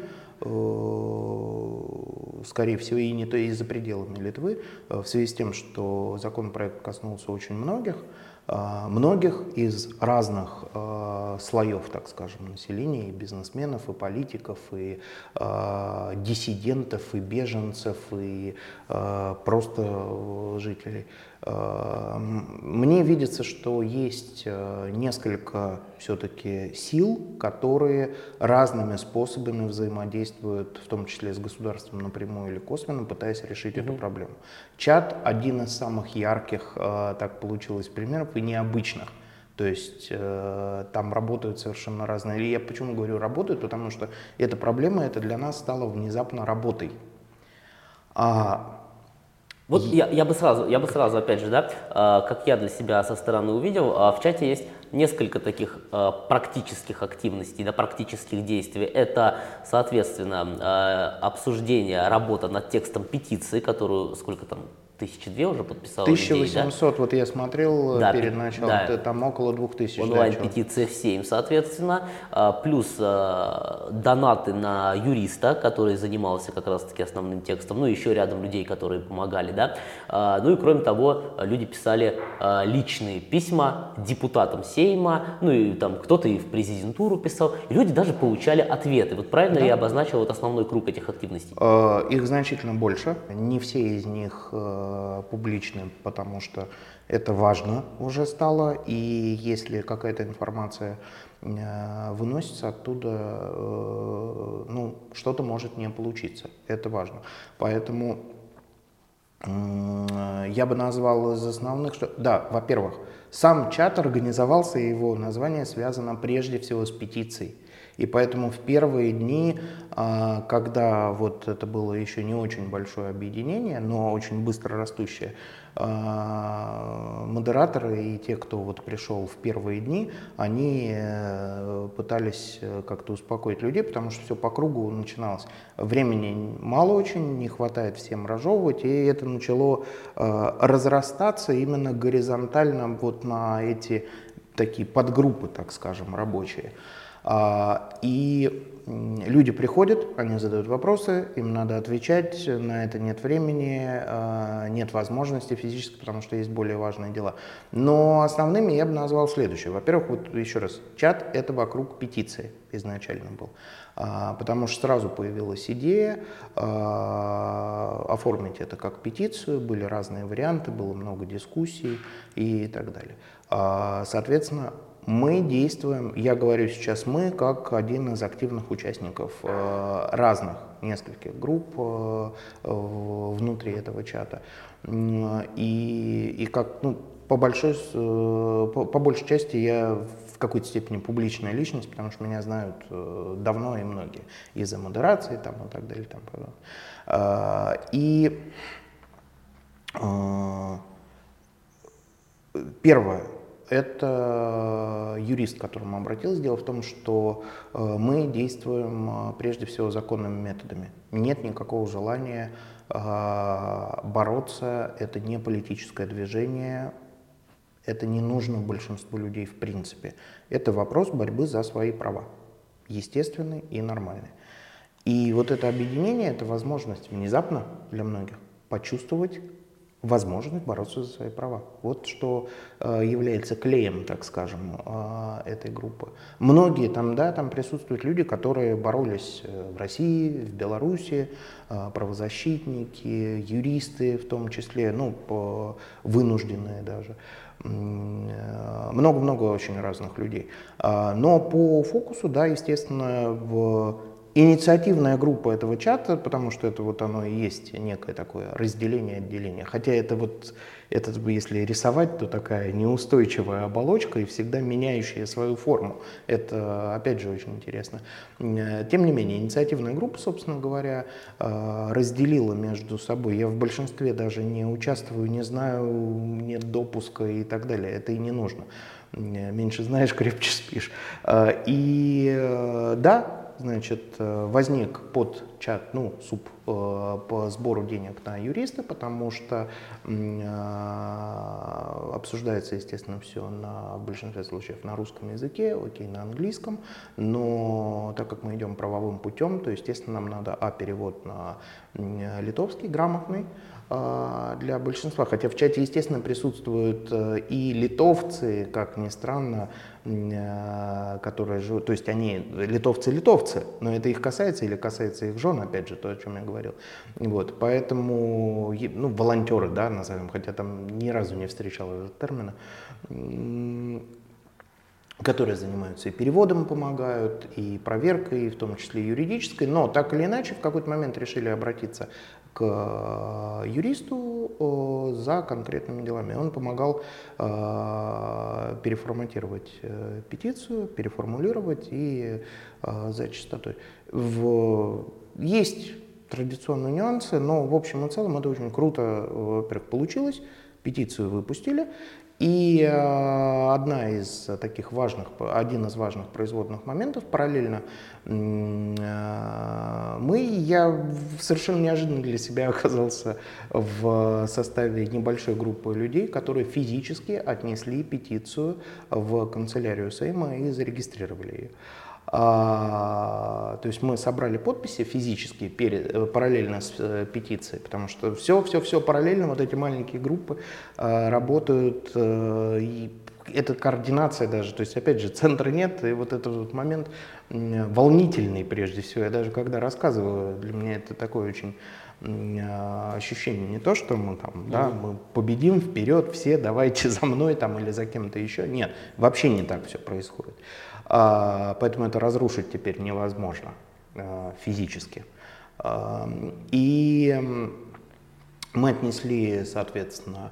скорее всего, и не то, и за пределами Литвы, в связи с тем, что законопроект коснулся очень многих, многих из разных э, слоев, так скажем, населения, и бизнесменов, и политиков, и э, диссидентов, и беженцев, и э, просто жителей. Э, мне видится, что есть э, несколько все-таки сил, которые разными способами взаимодействуют, в том числе с государством напрямую или косвенно, пытаясь решить mm-hmm. эту проблему. Чат – один из самых ярких, э, так получилось, примеров и необычных. То есть э, там работают совершенно разные. И я почему говорю работают, потому что эта проблема, это для нас стала внезапно работой. А, вот и... я, я бы сразу, я бы сразу, опять же, да, э, как я для себя со стороны увидел, э, в чате есть несколько таких э, практических активностей, да, практических действий. Это, соответственно, э, обсуждение, работа над текстом петиции, которую сколько там, тысячи две уже подписало тысяча людей, да? восемьсот, вот я смотрел Да, перед пи- началом, да. т- там около двух тысяч. да, Онлайн-петиция в семь, соответственно, А, плюс а, донаты на юриста, который занимался как раз-таки основным текстом, ну, еще рядом людей, которые помогали, да. А, Ну и кроме того, люди писали а, личные письма депутатам Сейма, ну и там кто-то и в президентуру писал, и люди даже получали ответы. Вот правильно Да. я обозначил вот основной круг этих активностей? Э, Их значительно больше. Не все из них э, публичны, потому что это важно уже стало. И если какая-то информация э, выносится оттуда, э, ну, что-то может не получиться. Это важно. Поэтому м, я бы назвал из основных, что, да, во-первых, сам чат организовался, и его название связано прежде всего с петицией. И поэтому в первые дни, а, когда вот это было еще не очень большое объединение, но очень быстро растущее, а, модераторы и те, кто вот пришел в первые дни, они э, пытались э, как-то успокоить людей, потому что все по кругу начиналось. Времени мало очень, не хватает всем разжевывать, и это начало э, разрастаться именно горизонтально вот на эти такие подгруппы, так скажем, рабочие. А, И м, люди приходят, они задают вопросы, им надо отвечать, на это нет времени, а, нет возможности физически, потому что есть более важные дела. Но основными я бы назвал следующее. Во-первых, вот еще раз, чат — это вокруг петиции изначально был. А, Потому что сразу появилась идея а, оформить это как петицию, были разные варианты, было много дискуссий и так далее. А, Соответственно, мы действуем, я говорю сейчас мы, как один из активных участников э, разных, нескольких групп э, внутри этого чата. И, и как, ну, по, большой, э, по, по большей части я в какой-то степени публичная личность, потому что меня знают э, давно и многие из-за модерации там, и так далее. Там, э, и э, первое. Это юрист, к которому обратился. Дело в том, что мы действуем прежде всего законными методами. Нет никакого желания бороться, это не политическое движение, это не нужно большинству людей в принципе. Это вопрос борьбы за свои права, естественный и нормальный. И вот это объединение, это возможность внезапно для многих почувствовать возможность бороться за свои права. Вот что э, является клеем, так скажем, э, этой группы. Многие там, да, там присутствуют люди, которые боролись в России, в Беларуси, э, правозащитники, юристы в том числе, ну, по, вынужденные даже. Много-много очень разных людей. Но по фокусу, да, естественно, в инициативная группа этого чата, потому что это вот оно и есть некое такое разделение, отделение. Хотя это вот, это, если рисовать, то такая неустойчивая оболочка и всегда меняющая свою форму. Это, опять же, очень интересно. Тем не менее, инициативная группа, собственно говоря, разделила между собой. Я в большинстве даже не участвую, не знаю, нет допуска и так далее. Это и не нужно. Меньше знаешь, крепче спишь. И да, значит, возник под чат, ну, суп по сбору денег на юриста, потому что обсуждается, естественно, все на, в большинстве случаев на русском языке, окей, на английском, но так как мы идем правовым путем, то, естественно, нам надо, а, перевод на литовский грамотный для большинства, хотя в чате, естественно, присутствуют и литовцы, как ни странно, которые живут, то есть они литовцы-литовцы, но это их касается или касается их жен, опять же, то, о чем я говорил. Вот, поэтому, ну, волонтеры, да, назовем, хотя там ни разу не встречал этот термин, которые занимаются и переводом, помогают, и проверкой, в том числе юридической, но так или иначе в какой-то момент решили обратиться к юристу за конкретными делами. Он помогал переформатировать петицию, переформулировать и за чистотой. В... Есть традиционные нюансы, но в общем и целом это очень круто, во-первых, получилось, петицию выпустили. И э, одна из таких важных, один из важных производных моментов параллельно э, мы, я совершенно неожиданно для себя оказался в составе небольшой группы людей, которые физически отнесли петицию в канцелярию Сейма и зарегистрировали ее. А, то есть мы собрали подписи физически перед, параллельно с э, петицией, потому что все-все-все параллельно, вот эти маленькие группы э, работают, э, и это координация даже, то есть опять же центра нет, и вот этот вот момент э, волнительный прежде всего, я даже когда рассказываю, для меня это такое очень ощущение не то, что мы там, да, мы победим, вперед, все, давайте за мной там или за кем-то еще. Нет, вообще не так все происходит. А, поэтому это разрушить теперь невозможно а, физически. А, и мы отнесли, соответственно,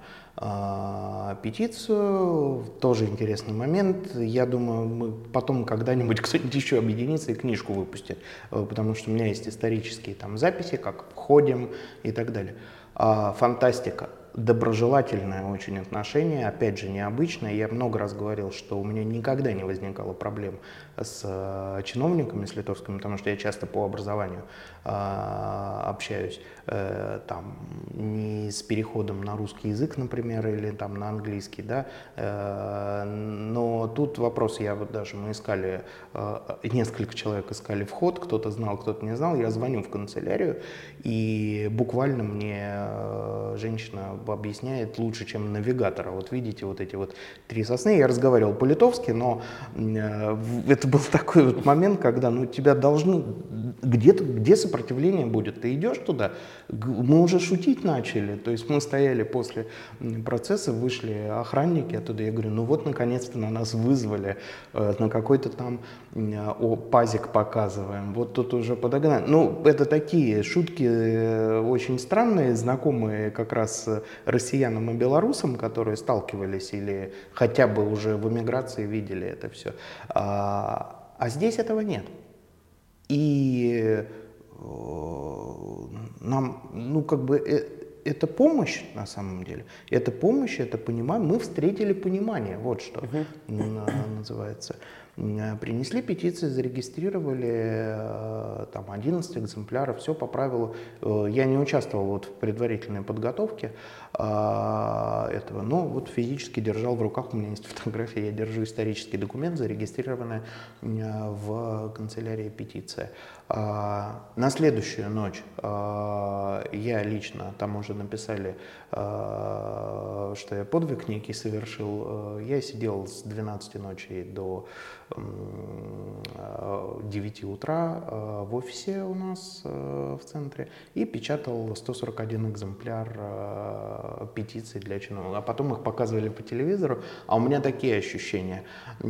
петицию. Тоже интересный момент. Я думаю, мы потом когда-нибудь кто-нибудь еще объединится и книжку выпустит, потому что у меня есть исторические там записи, как ходим и так далее. Фантастика. Доброжелательное очень отношение, опять же, необычное. Я много раз говорил, что у меня никогда не возникало проблем с чиновниками, с литовскими, потому что я часто по образованию э, общаюсь, э, там, не с переходом на русский язык, например, или там на английский, да, э, но тут вопрос, я вот даже, мы искали, э, несколько человек искали вход, кто-то знал, кто-то не знал, я звоню в канцелярию, и буквально мне э, женщина объясняет лучше, чем навигатора. Вот видите, вот эти вот три сосны. Я разговаривал по-литовски, но э, это был такой вот момент, когда ну, тебя должны... Где-то, где сопротивление будет? Ты идешь туда? Мы уже шутить начали. То есть мы стояли после процесса, вышли охранники оттуда. Я говорю, ну вот наконец-то на нас вызвали, э, на какой-то там э, о, пазик показываем. Вот тут уже подогнали. Ну, это такие шутки э, очень странные, знакомые как раз россиянам и белорусам, которые сталкивались или хотя бы уже в эмиграции видели это все. А, а здесь этого нет. И э, нам, ну как бы, э, это помощь на самом деле. Это помощь, это понимание. Мы встретили понимание, вот что uh-huh. называется. Принесли петиции, зарегистрировали, там одиннадцать экземпляров, все по правилу. Я не участвовал вот в предварительной подготовке а, этого, но вот физически держал в руках, у меня есть фотография, я держу исторический документ, зарегистрированный в канцелярии петиция. А, на следующую ночь а, я лично, там уже написали, а, что я подвиг некий совершил, я сидел с двенадцати ночи до девяти утра в офисе у нас в центре и печатал сто сорок один экземпляр петиций для чиновников. А потом их показывали по телевизору, а у меня такие ощущения.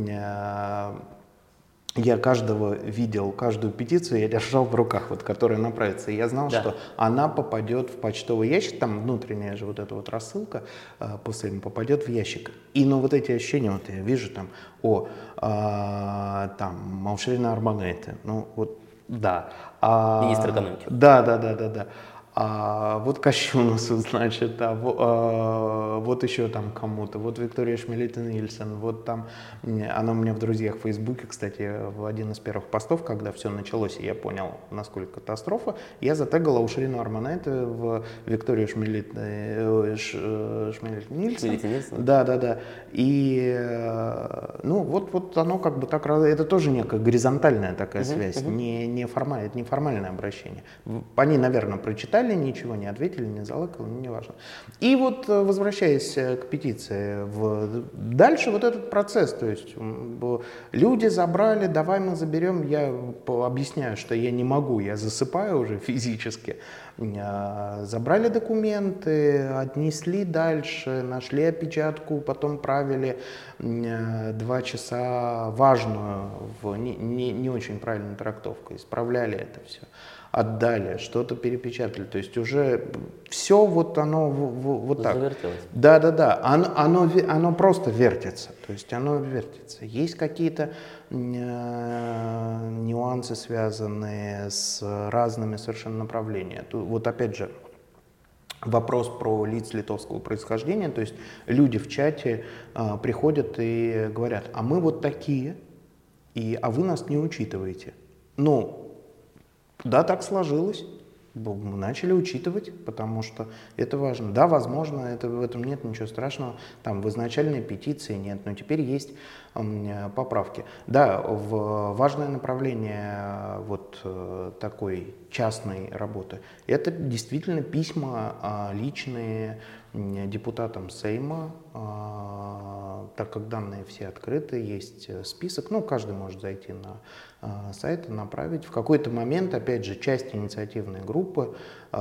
Я каждого видел, каждую петицию я держал в руках, вот, которая направится. И я знал, да. что она попадет в почтовый ящик, там внутренняя же вот эта вот рассылка э, после попадет в ящик. И ну вот эти ощущения, вот я вижу там, о, э, там, Маушрина Армагайте, ну вот, да. А, министр экономики. Да, да, да, да, да. А вот Кощунасу, значит, а, а, вот еще там кому-то, вот Виктория Шмелитин-Нильсон, вот там, она у меня в друзьях в Фейсбуке, кстати, в один из первых постов, когда все началось, и я понял, насколько катастрофа, я затегал Аушрину Армагайте в Викторию Шмелитин-Нильсон. Да, да, да. И, ну, вот, вот оно как бы так, это тоже некая горизонтальная такая uh-huh, связь, uh-huh. не, не формальное, это неформальное обращение. Они, наверное, прочитали, ничего не ответили, не залыкали, ну, неважно. И вот, возвращаясь к петиции, в... дальше вот этот процесс, то есть люди забрали, давай мы заберем, я объясняю, что я не могу, я засыпаю уже физически, забрали документы, отнесли дальше, нашли опечатку, потом правили два часа важную, в не, не, не очень правильную трактовку, исправляли это все. Отдали, что-то перепечатали, то есть уже все вот оно вот так. Завертелось. Да, да, да, оно, оно, оно просто вертится, то есть оно вертится. Есть какие-то э, нюансы, связанные с разными совершенно направлениями. Вот опять же, вопрос про лиц литовского происхождения, то есть люди в чате а, приходят и говорят, а мы вот такие, и, а вы нас не учитываете. Ну, да, так сложилось. Мы начали учитывать, потому что это важно. Да, возможно, это, в этом нет ничего страшного. Там в изначальной петиции нет, но теперь есть э, поправки. Да, в важное направление вот э, такой частной работы — это действительно письма э, личные э, депутатам Сейма, э, так как данные все открыты, есть список, ну, каждый может зайти на э, сайт и направить. В какой-то момент, опять же, часть инициативной группы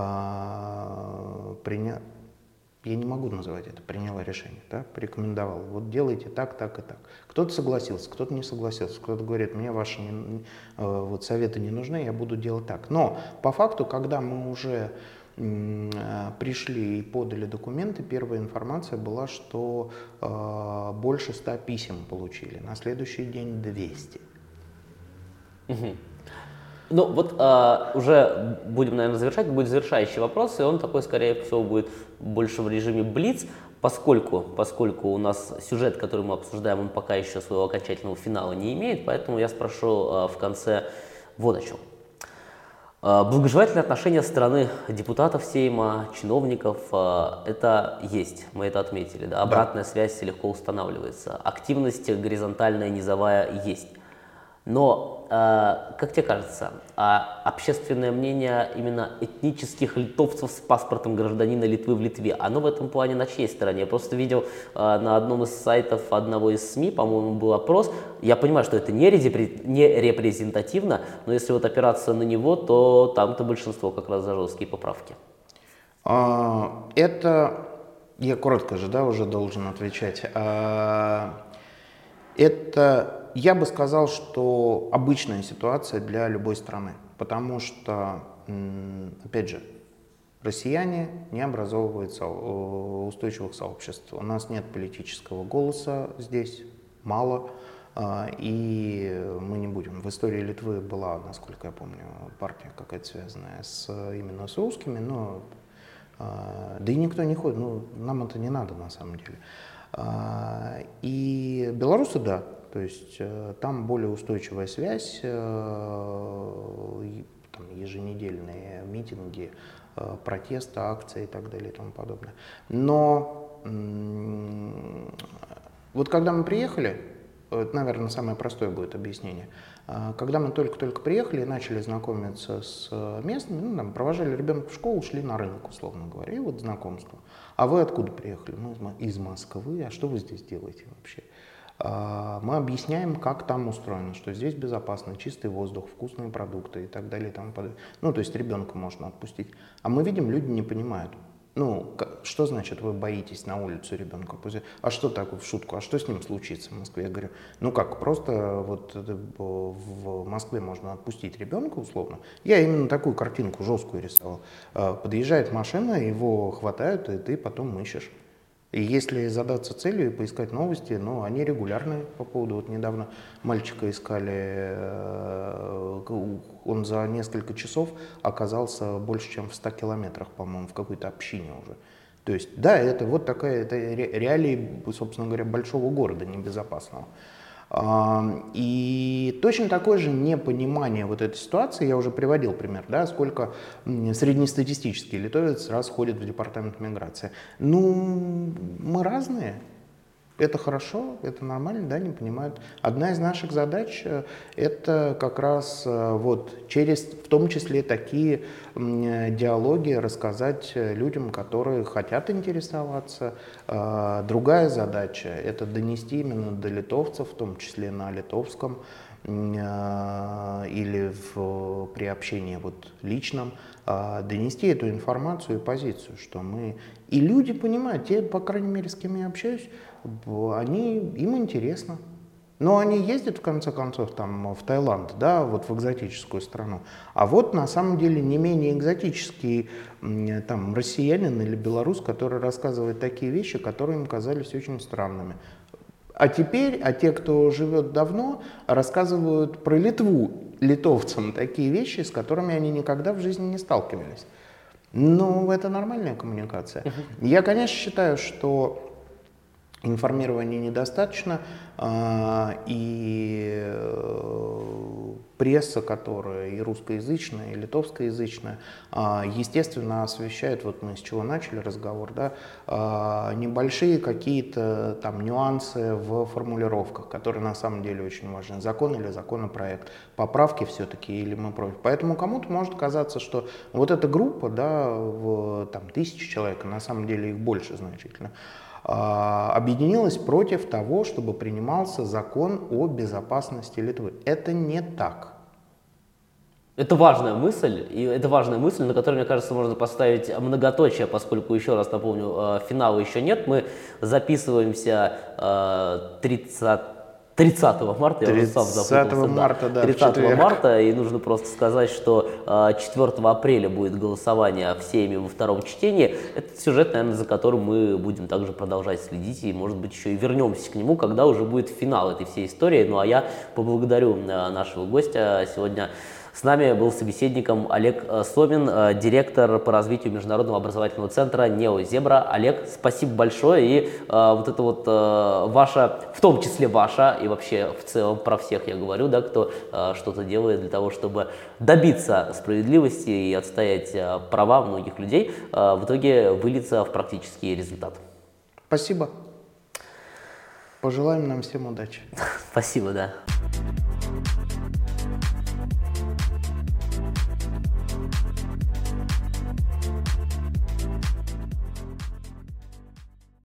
э, приня... я не могу называть это, приняла решение, да, порекомендовала, вот делайте так, так и так. Кто-то согласился, кто-то не согласился, кто-то говорит, мне ваши не, э, вот советы не нужны, я буду делать так. Но по факту, когда мы уже пришли и подали документы, первая информация была, что э, больше ста писем получили, на следующий день двести. Угу. Ну вот э, уже будем, наверное, завершать, будет завершающий вопрос, и он такой, скорее всего, будет больше в режиме блиц, поскольку, поскольку у нас сюжет, который мы обсуждаем, он пока еще своего окончательного финала не имеет, поэтому я спрошу э, в конце вот о чем. Благожелательное отношение стороны депутатов Сейма, чиновников, это есть, мы это отметили, да? Обратная да. связь легко устанавливается, активность горизонтальная, низовая есть. Но, как тебе кажется, общественное мнение именно этнических литовцев с паспортом гражданина Литвы в Литве, оно в этом плане на чьей стороне? Я просто видел на одном из сайтов одного из СМИ, по-моему, был опрос. Я понимаю, что это не репрезентативно, но если вот опираться на него, то там-то большинство как раз за жесткие поправки. Это, я коротко же, да, уже должен отвечать. Это... Я бы сказал, что обычная ситуация для любой страны, потому что, опять же, россияне не образовывают устойчивых сообществ. У нас нет политического голоса здесь, мало, и мы не будем. В истории Литвы была, насколько я помню, партия какая-то связанная с, именно с русскими, но да и никто не ходит, ну, нам это не надо на самом деле. И белорусы, да. То есть э, там более устойчивая связь, э, там еженедельные митинги, э, протесты, акции и так далее и тому подобное. Но э, вот когда мы приехали, это, наверное, самое простое будет объяснение, э, когда мы только-только приехали и начали знакомиться с местными, ну, там, провожали ребенка в школу, шли на рынок, условно говоря, и вот знакомство. А вы откуда приехали? Мы из Москвы, а что вы здесь делаете вообще? Мы объясняем, как там устроено, что здесь безопасно, чистый воздух, вкусные продукты и так далее. И тому подобное. Ну, то есть ребенка можно отпустить. А мы видим, люди не понимают. Ну, что значит вы боитесь на улицу ребенка пустить? А что так в шутку? А что с ним случится в Москве? Я говорю, ну как, просто вот в Москве можно отпустить ребенка условно. Я именно такую картинку жесткую рисовал. Подъезжает машина, его хватают, и ты потом ищешь. И если задаться целью и поискать новости, ну, они регулярные по поводу, вот недавно мальчика искали, он за несколько часов оказался больше, чем в ста километрах, по-моему, в какой-то общине уже. То есть, да, это вот такая, это реалии, собственно говоря, большого города небезопасного. И точно такое же непонимание вот этой ситуации, я уже приводил пример, да, сколько среднестатистический литовец раз ходит в департамент миграции. Ну, мы разные. Это хорошо, это нормально, да, не понимают. Одна из наших задач — это как раз вот через, в том числе, такие диалоги рассказать людям, которые хотят интересоваться. Другая задача — это донести именно до литовцев, в том числе на литовском или в, при общении вот личном, донести эту информацию и позицию, что мы... И люди понимают, те, по крайней мере, с кем я общаюсь, они, им интересно. Но они ездят, в конце концов, там, в Таиланд, да, вот в экзотическую страну. А вот, на самом деле, не менее экзотический там, россиянин или белорус, который рассказывает такие вещи, которые им казались очень странными. А теперь, а те, кто живет давно, рассказывают про Литву литовцам такие вещи, с которыми они никогда в жизни не сталкивались. Ну, это нормальная коммуникация. Uh-huh. Я, конечно, считаю, что информирования недостаточно, и пресса, которая и русскоязычная, и литовскоязычная, естественно, освещает, вот мы с чего начали разговор, да, небольшие какие-то там нюансы в формулировках, которые на самом деле очень важны. Закон или законопроект, поправки все-таки или мы против. Поэтому кому-то может казаться, что вот эта группа, да, в там, тысячи человек, на самом деле их больше значительно, объединилась против того, чтобы принимался закон о безопасности Литвы. Это не так. Это важная мысль, и это важная мысль, на которой, мне кажется, можно поставить многоточие, поскольку, еще раз напомню, финала еще нет. Мы записываемся тридцатого марта, я уже сам запутался, марта, да, тридцатого марта, и нужно просто сказать, что четвёртого апреля будет голосование в Сейме во втором чтении. Это сюжет, наверное, за которым мы будем также продолжать следить, и, может быть, еще и вернемся к нему, когда уже будет финал этой всей истории. Ну, а я поблагодарю нашего гостя сегодня. С нами был собеседником Олег Сомин, директор по развитию Международного образовательного центра «Неозебра». Олег, спасибо большое. И э, вот это вот э, ваша, в том числе ваша, и вообще в целом про всех я говорю, да, кто э, что-то делает для того, чтобы добиться справедливости и отстоять э, права многих людей, э, в итоге выльется в практический результат. Спасибо. Пожелаем нам всем удачи. Спасибо, да.